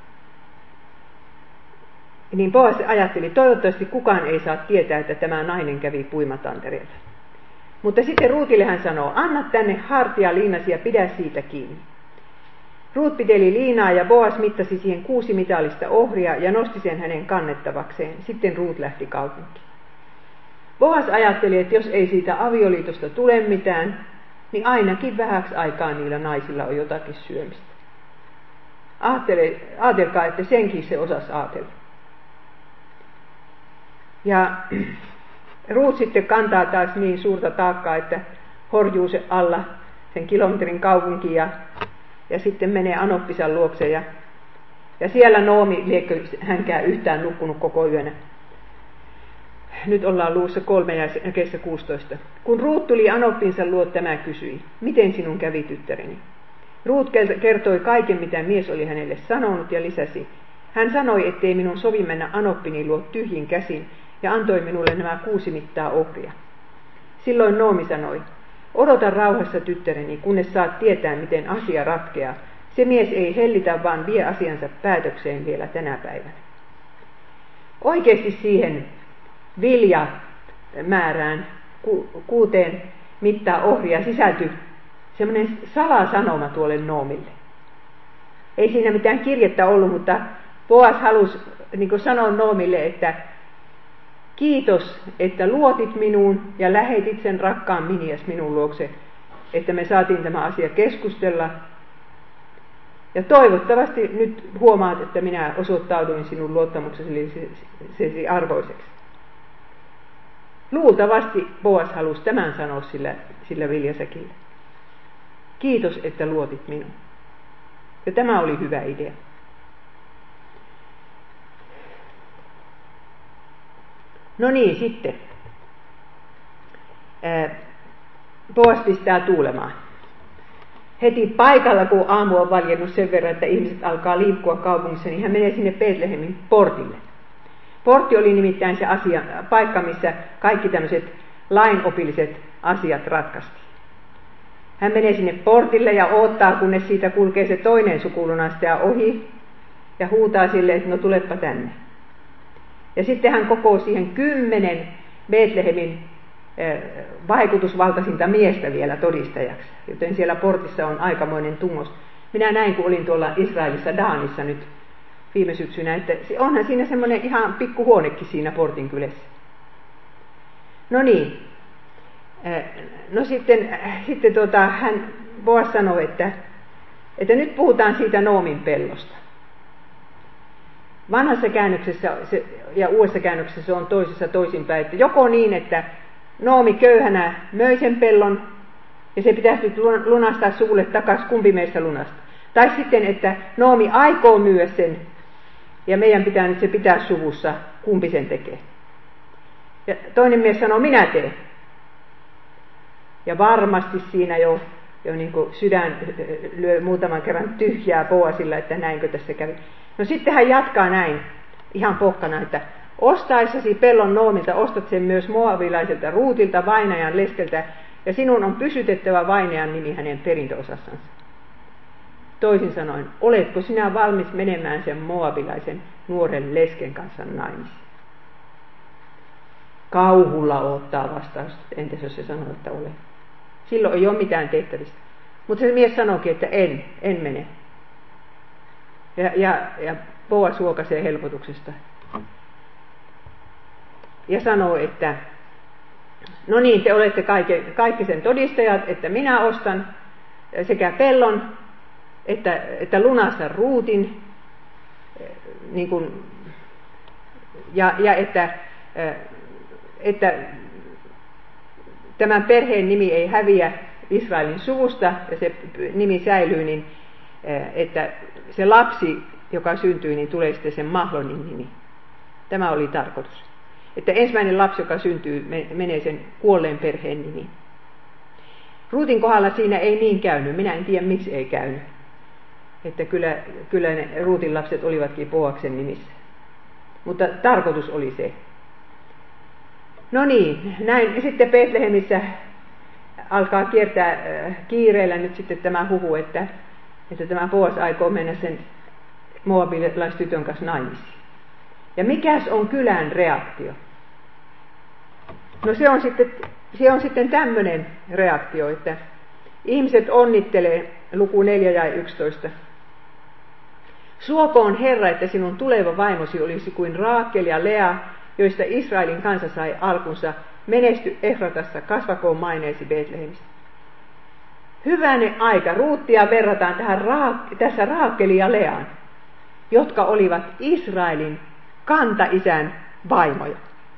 niin Boas ajatteli, toivottavasti kukaan ei saa tietää, että tämä nainen kävi puimatantereella. Mutta sitten Ruutille hän sanoo, anna tänne hartia liinasi ja pidä siitä kiinni. Ruut piteli liinaa ja Boas mittasi siihen kuusi mitallista ohria ja nosti sen hänen kannettavakseen. Sitten Ruut lähti kaupunkiin. Boas ajatteli, että jos ei siitä avioliitosta tule mitään, niin ainakin vähäksi aikaa niillä naisilla on jotakin syömistä. Ajattele, ajatelkaa, että senkin se osasi ajatella. Ja Ruut sitten kantaa taas niin suurta taakkaa, että horjuu se alla sen kilometrin kaupunkiin ja, ja sitten menee Anoppisan luokse. Ja, ja siellä Noomi, liekö hänkään yhtään nukkunut koko yönä. Nyt ollaan luvussa kolme ja jakeessa kuusitoista. Kun Ruut tuli Anoppinsa luo, tämä kysyi, miten sinun kävi tyttäreni? Ruut kertoi kaiken, mitä mies oli hänelle sanonut ja lisäsi. Hän sanoi, ettei minun sovi mennä Anoppini luo tyhjin käsin ja antoi minulle nämä kuusi mittaa ohria. Silloin Noomi sanoi, odota rauhassa tyttäreni, kunnes saat tietää, miten asia ratkeaa. Se mies ei hellitä, vaan vie asiansa päätökseen vielä tänä päivänä. Oikeasti siihen viljamäärään ku, kuuteen mittaa ohria sisältyi semmoinen salasanoma tuolle Noomille. Ei siinä mitään kirjettä ollut, mutta Boas halusi niin kuin sanoa Noomille, että kiitos, että luotit minuun ja lähetit sen rakkaan minias minun luokse, että me saatiin tämä asia keskustella. Ja toivottavasti nyt huomaat, että minä osoittauduin sinun luottamuksesi arvoiseksi. Luultavasti Boas halusi tämän sanoa sillä, sillä viljasäkillä. Kiitos, että luotit minuun. Ja tämä oli hyvä idea. No niin, sitten. Boas pistää tuulemaan. Heti paikalla, kun aamu on valjennut sen verran, että ihmiset alkaa liikkua kaupungissa, niin hän menee sinne Betlehemin portille. Portti oli nimittäin se asia, paikka, missä kaikki tämmöiset lainopilliset asiat ratkaistiin. Hän menee sinne portille ja odottaa, kunnes siitä kulkee se toinen sukulunastaja ohi ja huutaa sille, että no tulepa tänne. Ja sitten hän kokoo siihen kymmenen Betlehemin vaikutusvaltaisinta miestä vielä todistajaksi, joten siellä portissa on aikamoinen tungos. Minä näin, kun olin tuolla Israelissa Daanissa nyt viime syksynä, että onhan siinä semmoinen ihan pikku huonekin siinä portin kylässä. No niin, no sitten, sitten tuota, hän Boas sanoi, että, Että nyt puhutaan siitä Noomin pellosta. Vanhassa käännöksessä se, ja uudessa käännöksessä se on toisessa toisinpäin, että joko niin, että Noomi köyhänä möi sen pellon, ja se pitäisi nyt lunastaa suvulle takaisin, kumpi meistä lunasta. Tai sitten, että Noomi aikoo myyä sen, ja meidän pitää nyt se pitää suvussa, kumpi sen tekee. Ja toinen mies sanoo, minä teen. Ja varmasti siinä jo, jo niin kuin sydän lyö muutaman kerran tyhjää Boasilla, että näinkö tässä kävi. No sitten hän jatkaa näin, ihan pohkana, että ostaessasi pellon Noomilta ostat sen myös moabilaiselta Ruutilta, vainajan leskeltä, ja sinun on pysytettävä vainajan nimi hänen perintöosassansa. Toisin sanoen, oletko sinä valmis menemään sen moabilaisen nuoren lesken kanssa naimisiin? Kauhulla odottaa vastausta, entäs jos se sanoo, että olen. Silloin ei ole mitään tehtävistä. Mutta se mies sanoikin, että en, en mene. Ja, ja, ja Boas huokaisee helpotuksesta. Ja sanoo, että no niin, te olette kaikki, kaikki sen todistajat, että minä ostan sekä pellon, että, että lunastan Ruutin, niin kuin, ja, ja että, että tämän perheen nimi ei häviä Israelin suvusta ja se nimi säilyy, niin että se lapsi, joka syntyy, niin tulee sitten sen Mahlonin nimi. Tämä oli tarkoitus. Että ensimmäinen lapsi, joka syntyy, menee sen kuolleen perheen nimiin. Ruutin kohdalla siinä ei niin käynyt. Minä en tiedä, miksi ei käynyt. Että kyllä, kyllä ne Ruutin lapset olivatkin Boaksen nimissä. Mutta tarkoitus oli se. No niin, näin sitten Betlehemissä alkaa kiertää kiireellä nyt sitten tämä huhu, että, että tämä Boas aikoo mennä sen moabilaistytön kanssa naimisiin. Ja mikäs on kylän reaktio? No se on sitten, se on sitten tämmöinen reaktio, että ihmiset onnittelee, luku neljä ja yksitoista. Suokoon Herra, että sinun tuleva vaimosi olisi kuin Raakel ja Lea, joista Israelin kansa sai alkunsa, menesty Efratassa, kasvakoon maineesi Betlehemissä. Hyvänen aika, Ruuttia verrataan tähän Raak- tässä Raakelin ja Leaan, jotka olivat Israelin kantaisän vaimoja.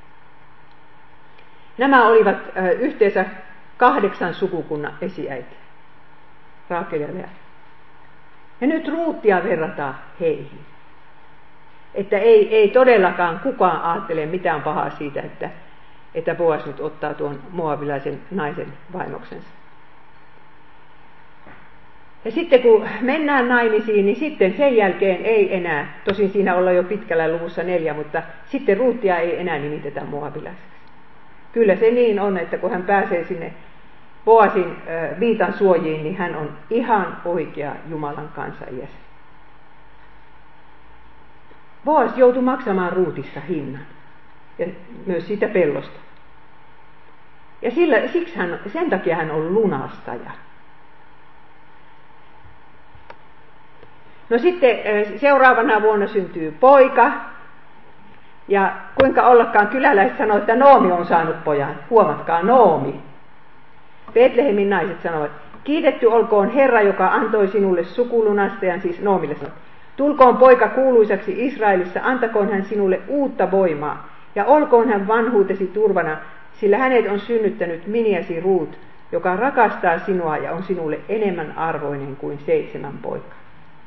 Nämä olivat ö, yhteensä kahdeksan sukukunnan esiäitiä, Raakel ja Lea. Ja nyt Ruuttia verrataan heihin. Että ei, ei todellakaan kukaan ajattele mitään pahaa siitä, että, että Boas nyt ottaa tuon moabilaisen naisen vaimoksensa. Ja sitten kun mennään naimisiin, niin sitten sen jälkeen ei enää, tosin siinä ollaan jo pitkällä luvussa neljä, mutta sitten Ruuttia ei enää nimitetä moabilaiseksi. Kyllä se niin on, että kun hän pääsee sinne Boasin viitan suojiin, niin hän on ihan oikea Jumalan kansajäsen. Boas joutui maksamaan Ruutissa hinnan, ja myös siitä pellosta. Ja sillä, siksi hän, sen takia hän on lunastaja. No sitten seuraavana vuonna syntyy poika, ja kuinka ollakaan kyläläiset sanoo, että Noomi on saanut pojan. Huomatkaa, Noomi. Betlehemin naiset sanovat, kiitetty olkoon Herra, joka antoi sinulle sukulunastajan, siis Noomille sanoo. Tulkoon poika kuuluisaksi Israelissa, antakoon hän sinulle uutta voimaa, ja olkoon hän vanhuutesi turvana, sillä hänet on synnyttänyt miniäsi Ruut, joka rakastaa sinua ja on sinulle enemmän arvoinen kuin seitsemän poikaa.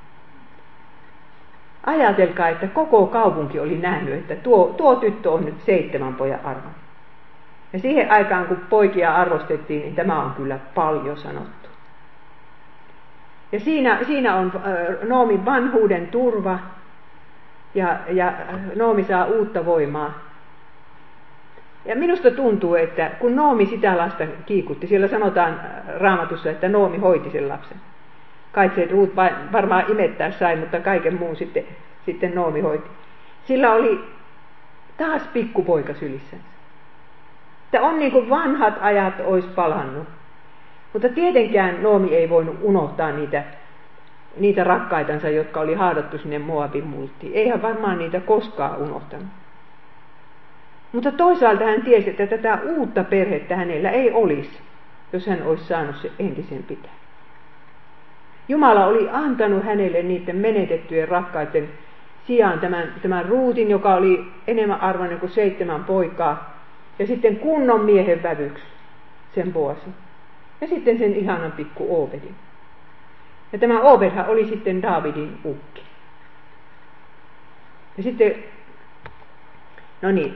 Ajatelkaa, että koko kaupunki oli nähnyt, että tuo, tuo tyttö on nyt seitsemän pojan arvo. Ja siihen aikaan, kun poikia arvostettiin, niin tämä on kyllä paljon sanottu. Ja siinä, siinä on Noomin vanhuuden turva, ja, ja Noomi saa uutta voimaa. Ja minusta tuntuu, että kun Noomi sitä lasta kiikutti, siellä sanotaan Raamatussa, että Noomi hoiti sen lapsen. Kai se Ruut varmaan imettää sai, mutta kaiken muun sitten, sitten Noomi hoiti. Sillä oli taas pikkupoika sylissä. Että on niin kuin vanhat ajat olisi palannut. Mutta tietenkään Noomi ei voinut unohtaa niitä, niitä rakkaitansa, jotka oli haadattu sinne Moabin multtiin. Eihän varmaan niitä koskaan unohtanut. Mutta toisaalta hän tiesi, että tätä uutta perhettä hänellä ei olisi, jos hän olisi saanut se entisen pitää. Jumala oli antanut hänelle niiden menetettyjen rakkaiden sijaan tämän, tämän Ruutin, joka oli enemmän arvoinen kuin seitsemän poikaa, ja sitten kunnon miehen vävyksi sen Boasin. Ja sitten sen ihanan pikku Obedin. Ja tämä Obedhan oli sitten Daavidin ukki. Ja sitten, no niin.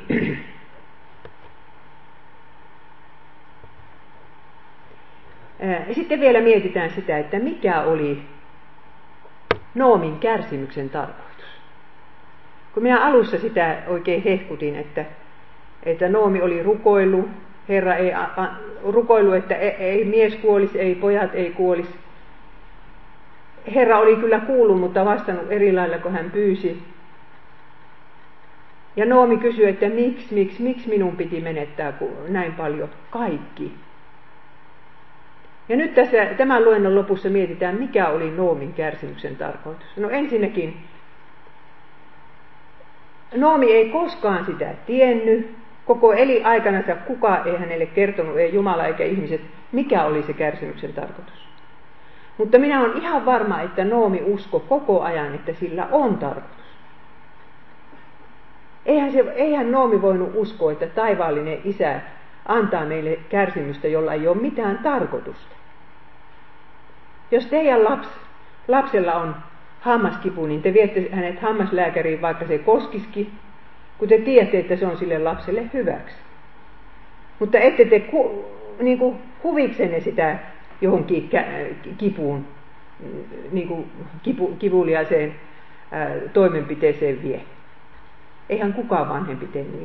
Ja sitten vielä mietitään sitä, että mikä oli Noomin kärsimyksen tarkoitus. Kun minä alussa sitä oikein hehkutin, että, että Noomi oli rukoillut, Herra ei rukoillut, että ei, ei mies kuolisi, ei pojat ei kuolisi. Herra oli kyllä kuullut, mutta vastannut eri lailla, kun hän pyysi. Ja Noomi kysyi, että miksi, miksi, miksi minun piti menettää näin paljon kaikki. Ja nyt tässä tämän luennon lopussa mietitään, mikä oli Noomin kärsimyksen tarkoitus. No ensinnäkin, Noomi ei koskaan sitä tiennyt. Koko eli aikanansa kukaan ei hänelle kertonut, ei Jumala eikä ihmiset, mikä oli se kärsimyksen tarkoitus. Mutta minä olen ihan varma, että Noomi usko koko ajan, että sillä on tarkoitus. Eihän, se, eihän Noomi voinut uskoa, että taivaallinen isä antaa meille kärsimystä, jolla ei ole mitään tarkoitusta. Jos teidän laps, lapsella on hammaskipu, niin te viette hänet hammaslääkäriin, vaikka se koskisikin, kun te tiedätte, että se on sille lapselle hyväksi. Mutta ette te ku, niin kuin huviksenne sitä johonkin kipuun, niin kuin kipu, kivuliaiseen ää, toimenpiteeseen vie. Eihän kukaan vanhempi tee niin.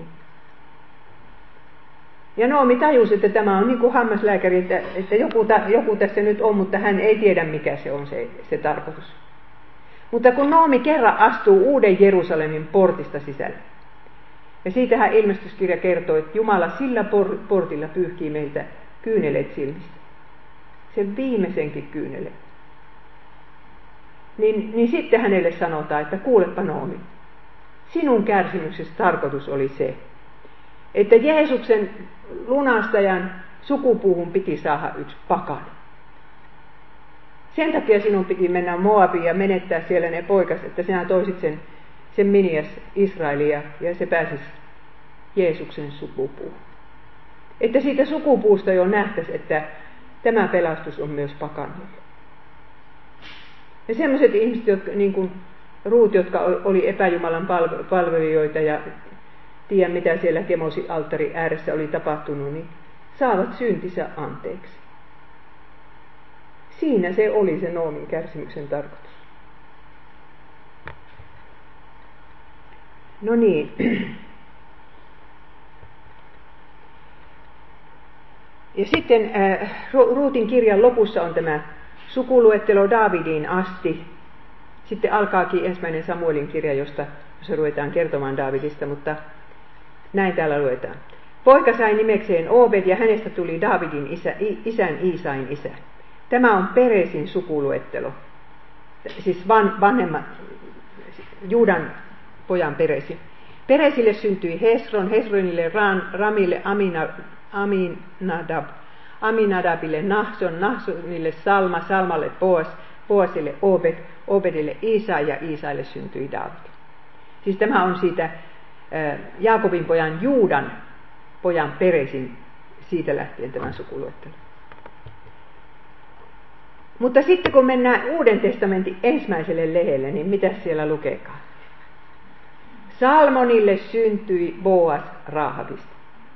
Ja Noomi tajusi, että tämä on niin kuin hammaslääkäri, että, että joku, joku tässä nyt on, mutta hän ei tiedä, mikä se on se, se tarkoitus. Mutta kun Noomi kerran astuu uuden Jerusalemin portista sisälle, ja siitähän ilmestyskirja kertoo, että Jumala sillä portilla pyyhkii meiltä kyyneleet silmistä. Sen viimeisenkin kyynelen. Niin, niin sitten hänelle sanotaan, että kuulepa Noomi, sinun kärsimyksesi tarkoitus oli se, että Jeesuksen lunastajan sukupuuhun piti saada yksi pakana. Sen takia sinun piti mennä Moabiin ja menettää siellä ne poikas, että sinä toisit sen, sen miniäs Israelia ja se pääsisi Jeesuksen sukupuuhun. Että siitä sukupuusta jo nähtäisi, että tämä pelastus on myös pakanilla. Ja sellaiset ihmiset, jotka, niin kuin Ruut, jotka oli epäjumalan palvelijoita ja tiedä mitä siellä Kemosin alttarin ääressä oli tapahtunut, niin saavat syntinsä anteeksi. Siinä se oli se Noomin kärsimyksen tarkoitus. No niin. Ja sitten äh, Ruutin kirjan lopussa on tämä sukuluettelo Daavidiin asti. Sitten alkaakin ensimmäinen Samuelin kirja, josta jossa ruvetaan kertomaan Daavidista, mutta näin täällä luetaan. Poika sai nimekseen Obed ja hänestä tuli Daavidin isä, isän Iisain isä. Tämä on Peresin sukuluettelo, siis van, vanhemmat, Juudan pojan Peresi. Peresille syntyi Hesron, Hesronille Ran, Ramille Amina, Aminadab, Aminadabille Nahson, Nahsonille Salma, Salmalle Boas, Boasille Obed, Obedille Iisai ja Iisaille syntyi Daavid. Siis tämä on siitä äh, Jaakobin pojan Juudan pojan Peresin siitä lähtien tämän sukuluettelo. Mutta sitten kun mennään Uuden testamentin ensimmäiselle lehdelle, niin mitä siellä lukeekaan? Salmonille syntyi Boas Raahabista.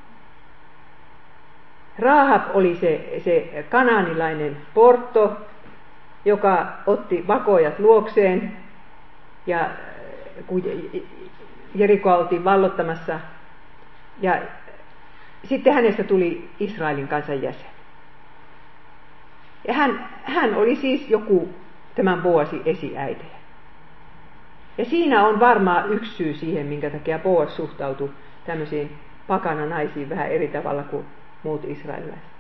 Raahab oli se, se kanaanilainen portto, joka otti vakojat luokseen, ja kun Jerikoa oltiin vallottamassa, ja sitten hänestä tuli Israelin kansan jäsen. Ja hän, hän oli siis joku tämän Boasin esiäitejä. Ja siinä on varmaan yksi syy siihen, minkä takia Boas suhtautui tämmöisiin pakana naisiin vähän eri tavalla kuin muut israelilaiset.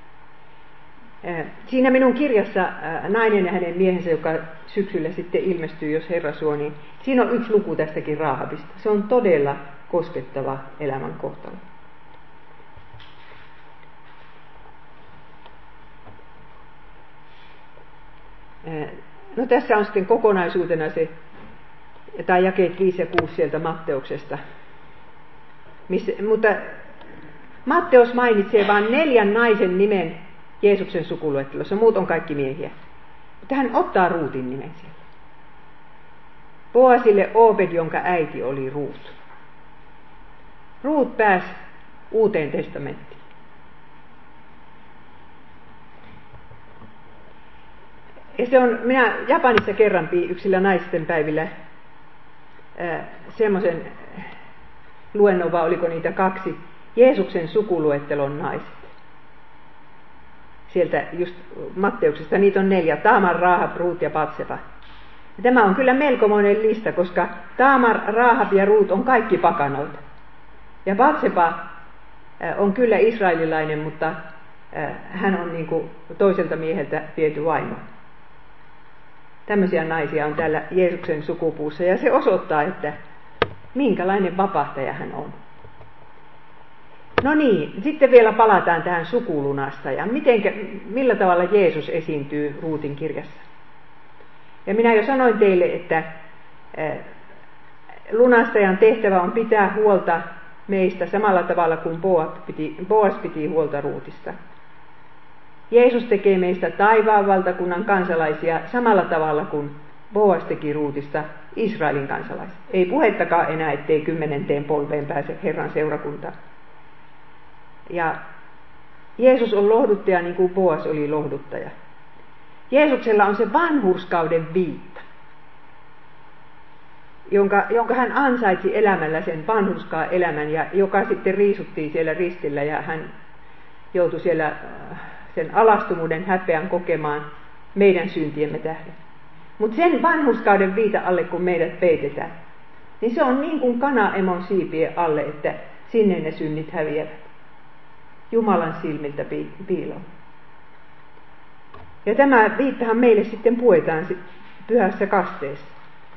Siinä minun kirjassa Nainen ja hänen miehensä, joka syksyllä sitten ilmestyy, jos Herra suo, niin siinä on yksi luku tästäkin Raahabista. Se on todella koskettava elämän kohtalo. No tässä on sitten kokonaisuutena se, tai jakeet viisi ja kuusi sieltä Matteuksesta. Missä, mutta Matteus mainitsee vain neljän naisen nimen Jeesuksen sukuluettelossa, muut on kaikki miehiä. Mutta hän ottaa Ruutin nimen siellä. Boasille Obed, jonka äiti oli Ruut. Ruut pääsi Uuteen testamenttiin. Ja se on, minä Japanissa kerran yksillä naisten päivillä semmoisen luennon, vai oliko niitä kaksi, Jeesuksen sukuluettelon naiset. Sieltä just Matteuksesta, niitä on neljä, Taamar, Raahab, Ruut ja Batseba. Ja tämä on kyllä melkomoinen lista, koska Taamar, Raahab ja Ruut on kaikki pakanoita. Ja Batseba on kyllä israelilainen, mutta hän on niin kuin toiselta mieheltä viety vaimo. Tämmöisiä naisia on täällä Jeesuksen sukupuussa, ja se osoittaa, että minkälainen vapahtaja hän on. No niin, sitten vielä palataan tähän sukulunastajaan. Mitenkä, millä tavalla Jeesus esiintyy Ruutin kirjassa? Ja minä jo sanoin teille, että lunastajan tehtävä on pitää huolta meistä samalla tavalla kuin Boas piti, Boas piti huolta Ruutista. Jeesus tekee meistä taivaan valtakunnan kansalaisia samalla tavalla kuin Boas teki Ruutista Israelin kansalaisia. Ei puhettakaan enää, ettei kymmenenteen polveen pääse Herran seurakuntaan. Ja Jeesus on lohduttaja niin kuin Boas oli lohduttaja. Jeesuksella on se vanhurskauden viitta, jonka, jonka hän ansaitsi elämällä sen vanhurskaan elämän, ja joka sitten riisuttiin siellä ristillä, ja hän joutui siellä sen alastumuuden häpeän kokemaan meidän syntiemme tähden. Mutta sen vanhurskauden viita alle, kun meidät peitetään, niin se on niin kuin kana emon siipien alle, että sinne ne synnit häviävät. Jumalan silmiltä piiloon. Ja tämä viittahan meille sitten puetaan pyhässä kasteessa.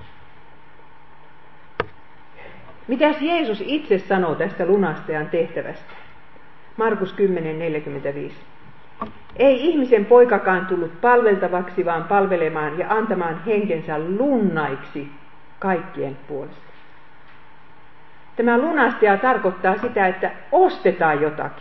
Mitäs Jeesus itse sanoo tästä lunastajan tehtävästä? Markus kymmenen neljäkymmentäviisi. Ei ihmisen poikakaan tullut palveltavaksi, vaan palvelemaan ja antamaan henkensä lunnaiksi kaikkien puolesta. Tämä lunastaja tarkoittaa sitä, että ostetaan jotakin.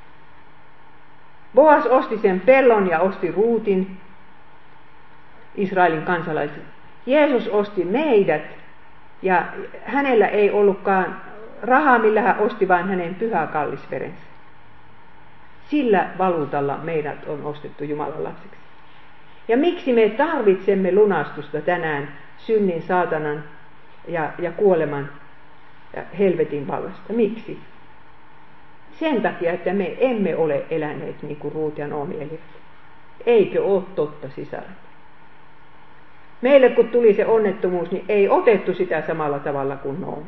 Boas osti sen pellon ja osti Ruutin, Israelin kansalaiset. Jeesus osti meidät, ja hänellä ei ollutkaan rahaa, millä hän osti, vain hänen pyhä kallisverensä. Sillä valuutalla meidät on ostettu Jumalan lapsiksi. Ja miksi me tarvitsemme lunastusta tänään synnin, saatanan ja, ja kuoleman ja helvetin vallasta? Miksi? Sen takia, että me emme ole eläneet niin kuin Ruut ja Noomi elivät. Eikö ole totta, sisaret? Meille kun tuli se onnettomuus, niin ei otettu sitä samalla tavalla kuin Noomi.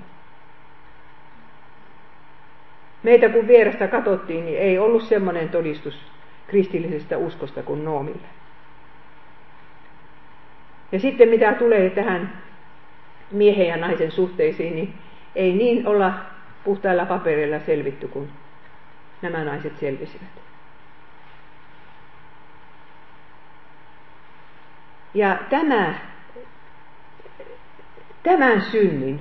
Meitä kun vierestä katsottiin, niin ei ollut semmoinen todistus kristillisestä uskosta kuin Noomille. Ja sitten mitä tulee tähän miehen ja naisen suhteisiin, niin ei niin olla puhtailla papereilla selvitty, kun nämä naiset selvisivät. Ja tämä, tämän synnin,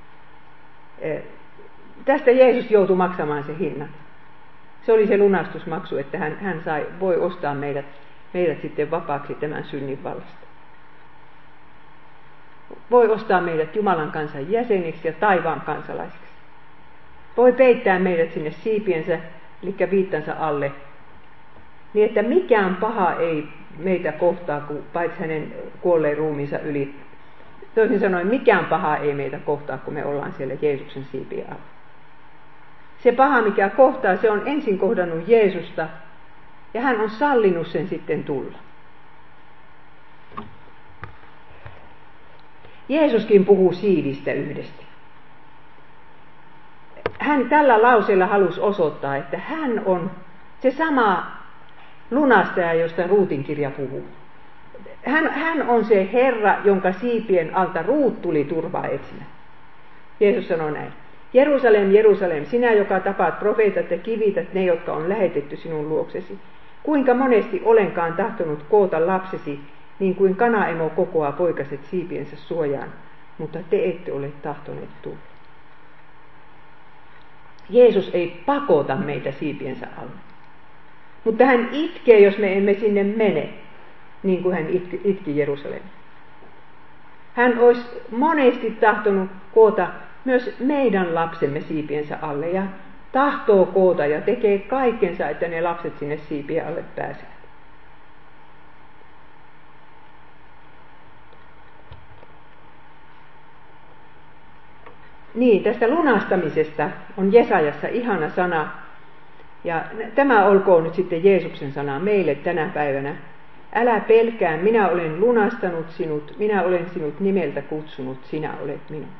tästä Jeesus joutui maksamaan se hinnan. Se oli se lunastusmaksu, että hän, hän sai, voi ostaa meidät, meidät sitten vapaaksi tämän synnin vallasta. Voi ostaa meidät Jumalan kansan jäseniksi ja taivaan kansalaisiksi. Voi peittää meidät sinne siipiensä, eli viittansa alle, niin että mikään paha ei meitä kohtaa, kun paitsi hänen kuolleen ruumiinsa yli. Toisin sanoen, mikään paha ei meitä kohtaa, kun me ollaan siellä Jeesuksen siipien alla. Se paha, mikä kohtaa, se on ensin kohdannut Jeesusta, ja hän on sallinut sen sitten tulla. Jeesuskin puhuu siivistä yhdesti. Hän tällä lauseella halusi osoittaa, että hän on se sama lunastaja, josta Ruutin kirja puhuu. Hän, hän on se Herra, jonka siipien alta Ruut tuli turvaa etsimään. Jeesus sanoi näin. Jerusalem, Jerusalem, sinä, joka tapaat profeetat ja kivität ne, jotka on lähetetty sinun luoksesi. Kuinka monesti olenkaan tahtonut koota lapsesi niin kuin kanaemo kokoaa poikaset siipiensä suojaan, mutta te ette ole tahtoneet tulla. Jeesus ei pakota meitä siipiensä alle. Mutta hän itkee, jos me emme sinne mene, niin kuin hän itki, itki Jerusalem. Hän olisi monesti tahtonut koota myös meidän lapsemme siipiensä alle ja tahtoo koota ja tekee kaikkensa, että ne lapset sinne siipien alle pääsevät. Niin, tästä lunastamisesta on Jesajassa ihana sana. Ja tämä olkoon nyt sitten Jeesuksen sana meille tänä päivänä. Älä pelkää, minä olen lunastanut sinut, minä olen sinut nimeltä kutsunut, sinä olet minun.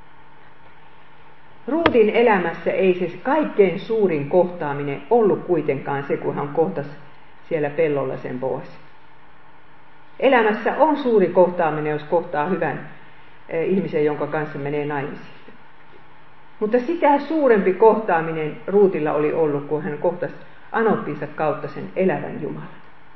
Ruutin elämässä ei se kaikkein suurin kohtaaminen ollut kuitenkaan se, kun hän kohtasi siellä pellolla sen Boasin. Elämässä on suuri kohtaaminen, jos kohtaa hyvän ihmisen, jonka kanssa menee naimisiin. Mutta sitä suurempi kohtaaminen Ruutilla oli ollut, kun hän kohtasi anoppinsa kautta sen elävän Jumalan.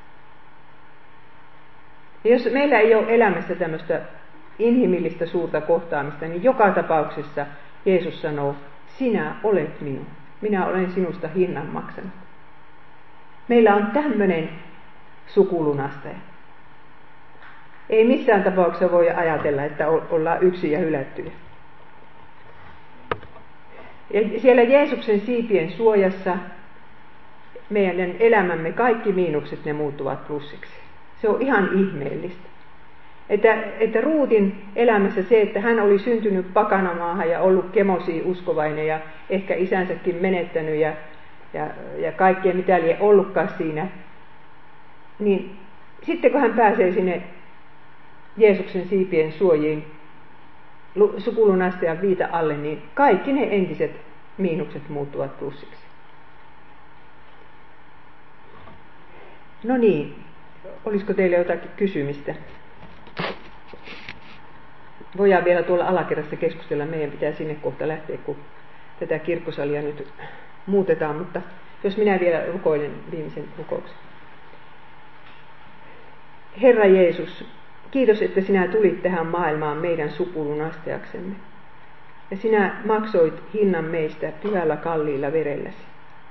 Ja jos meillä ei ole elämässä tämmöistä inhimillistä suurta kohtaamista, niin joka tapauksessa Jeesus sanoo, sinä olet minun. Minä olen sinusta hinnan maksanut. Meillä on tämmöinen sukulunastaja. Ei missään tapauksessa voi ajatella, että ollaan yksin ja hylättyjä. Ja siellä Jeesuksen siipien suojassa meidän elämämme kaikki miinukset ne muuttuvat plussiksi. Se on ihan ihmeellistä. Että, että Ruutin elämässä se, että hän oli syntynyt pakanamaahan ja ollut kemosi uskovainen ja ehkä isänsäkin menettänyt ja, ja, ja kaikkea mitä ei ollutkaan siinä, niin sitten kun hän pääsee sinne Jeesuksen siipien suojiin sukulunastajan viita alle, niin kaikki ne entiset miinukset muuttuvat plussiksi. No niin, olisiko teille jotakin kysymistä? Voidaan vielä tuolla alakerrassa keskustella, meidän pitää sinne kohta lähteä, kun tätä kirkkosalia nyt muutetaan, mutta jos minä vielä rukoilen viimeisen rukouksen. Herra Jeesus, kiitos, että sinä tulit tähän maailmaan meidän sukulunastajaksemme. Ja sinä maksoit hinnan meistä pyhällä kalliilla verelläsi.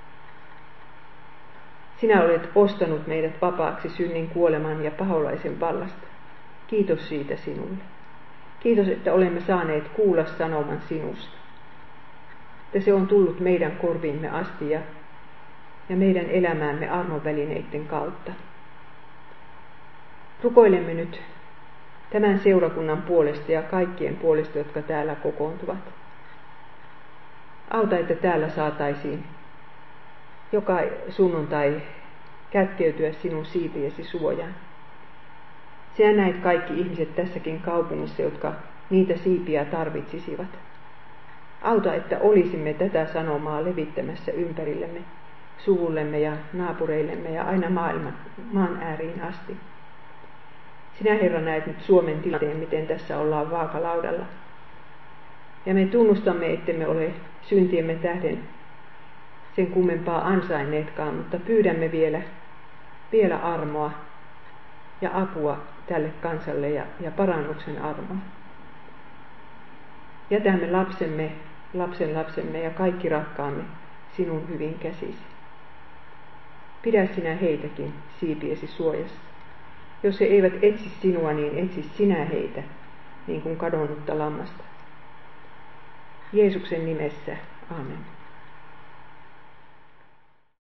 Sinä olet ostanut meidät vapaaksi synnin, kuoleman ja paholaisen vallasta. Kiitos siitä sinulle. Kiitos, että olemme saaneet kuulla sanoman sinusta. Että se on tullut meidän korviimme asti ja, ja meidän elämäämme armonvälineiden kautta. Rukoilemme nyt tämän seurakunnan puolesta ja kaikkien puolesta, jotka täällä kokoontuvat. Auta, että täällä saataisiin joka sunnuntai kätkeytyä sinun siipiesi suojaan. Sinä näit kaikki ihmiset tässäkin kaupungissa, jotka niitä siipiä tarvitsisivat. Auta, että olisimme tätä sanomaa levittämässä ympärillemme, suvullemme ja naapureillemme ja aina maailman, maan ääriin asti. Sinä, Herra, näet nyt Suomen tilanteen, miten tässä ollaan vaakalaudalla. Ja me tunnustamme, ettemme ole syntiemme tähden sen kummempaa ansainneetkaan, mutta pyydämme vielä, vielä armoa ja apua tälle kansalle ja, ja parannuksen armoa. Jätämme lapsemme, lapsen lapsemme ja kaikki rakkaamme sinun hyvin käsisi. Pidä sinä heitäkin siipiesi suojassa. Jos he eivät etsi sinua, niin etsi sinä heitä, niin kuin kadonnutta lammasta. Jeesuksen nimessä, amen.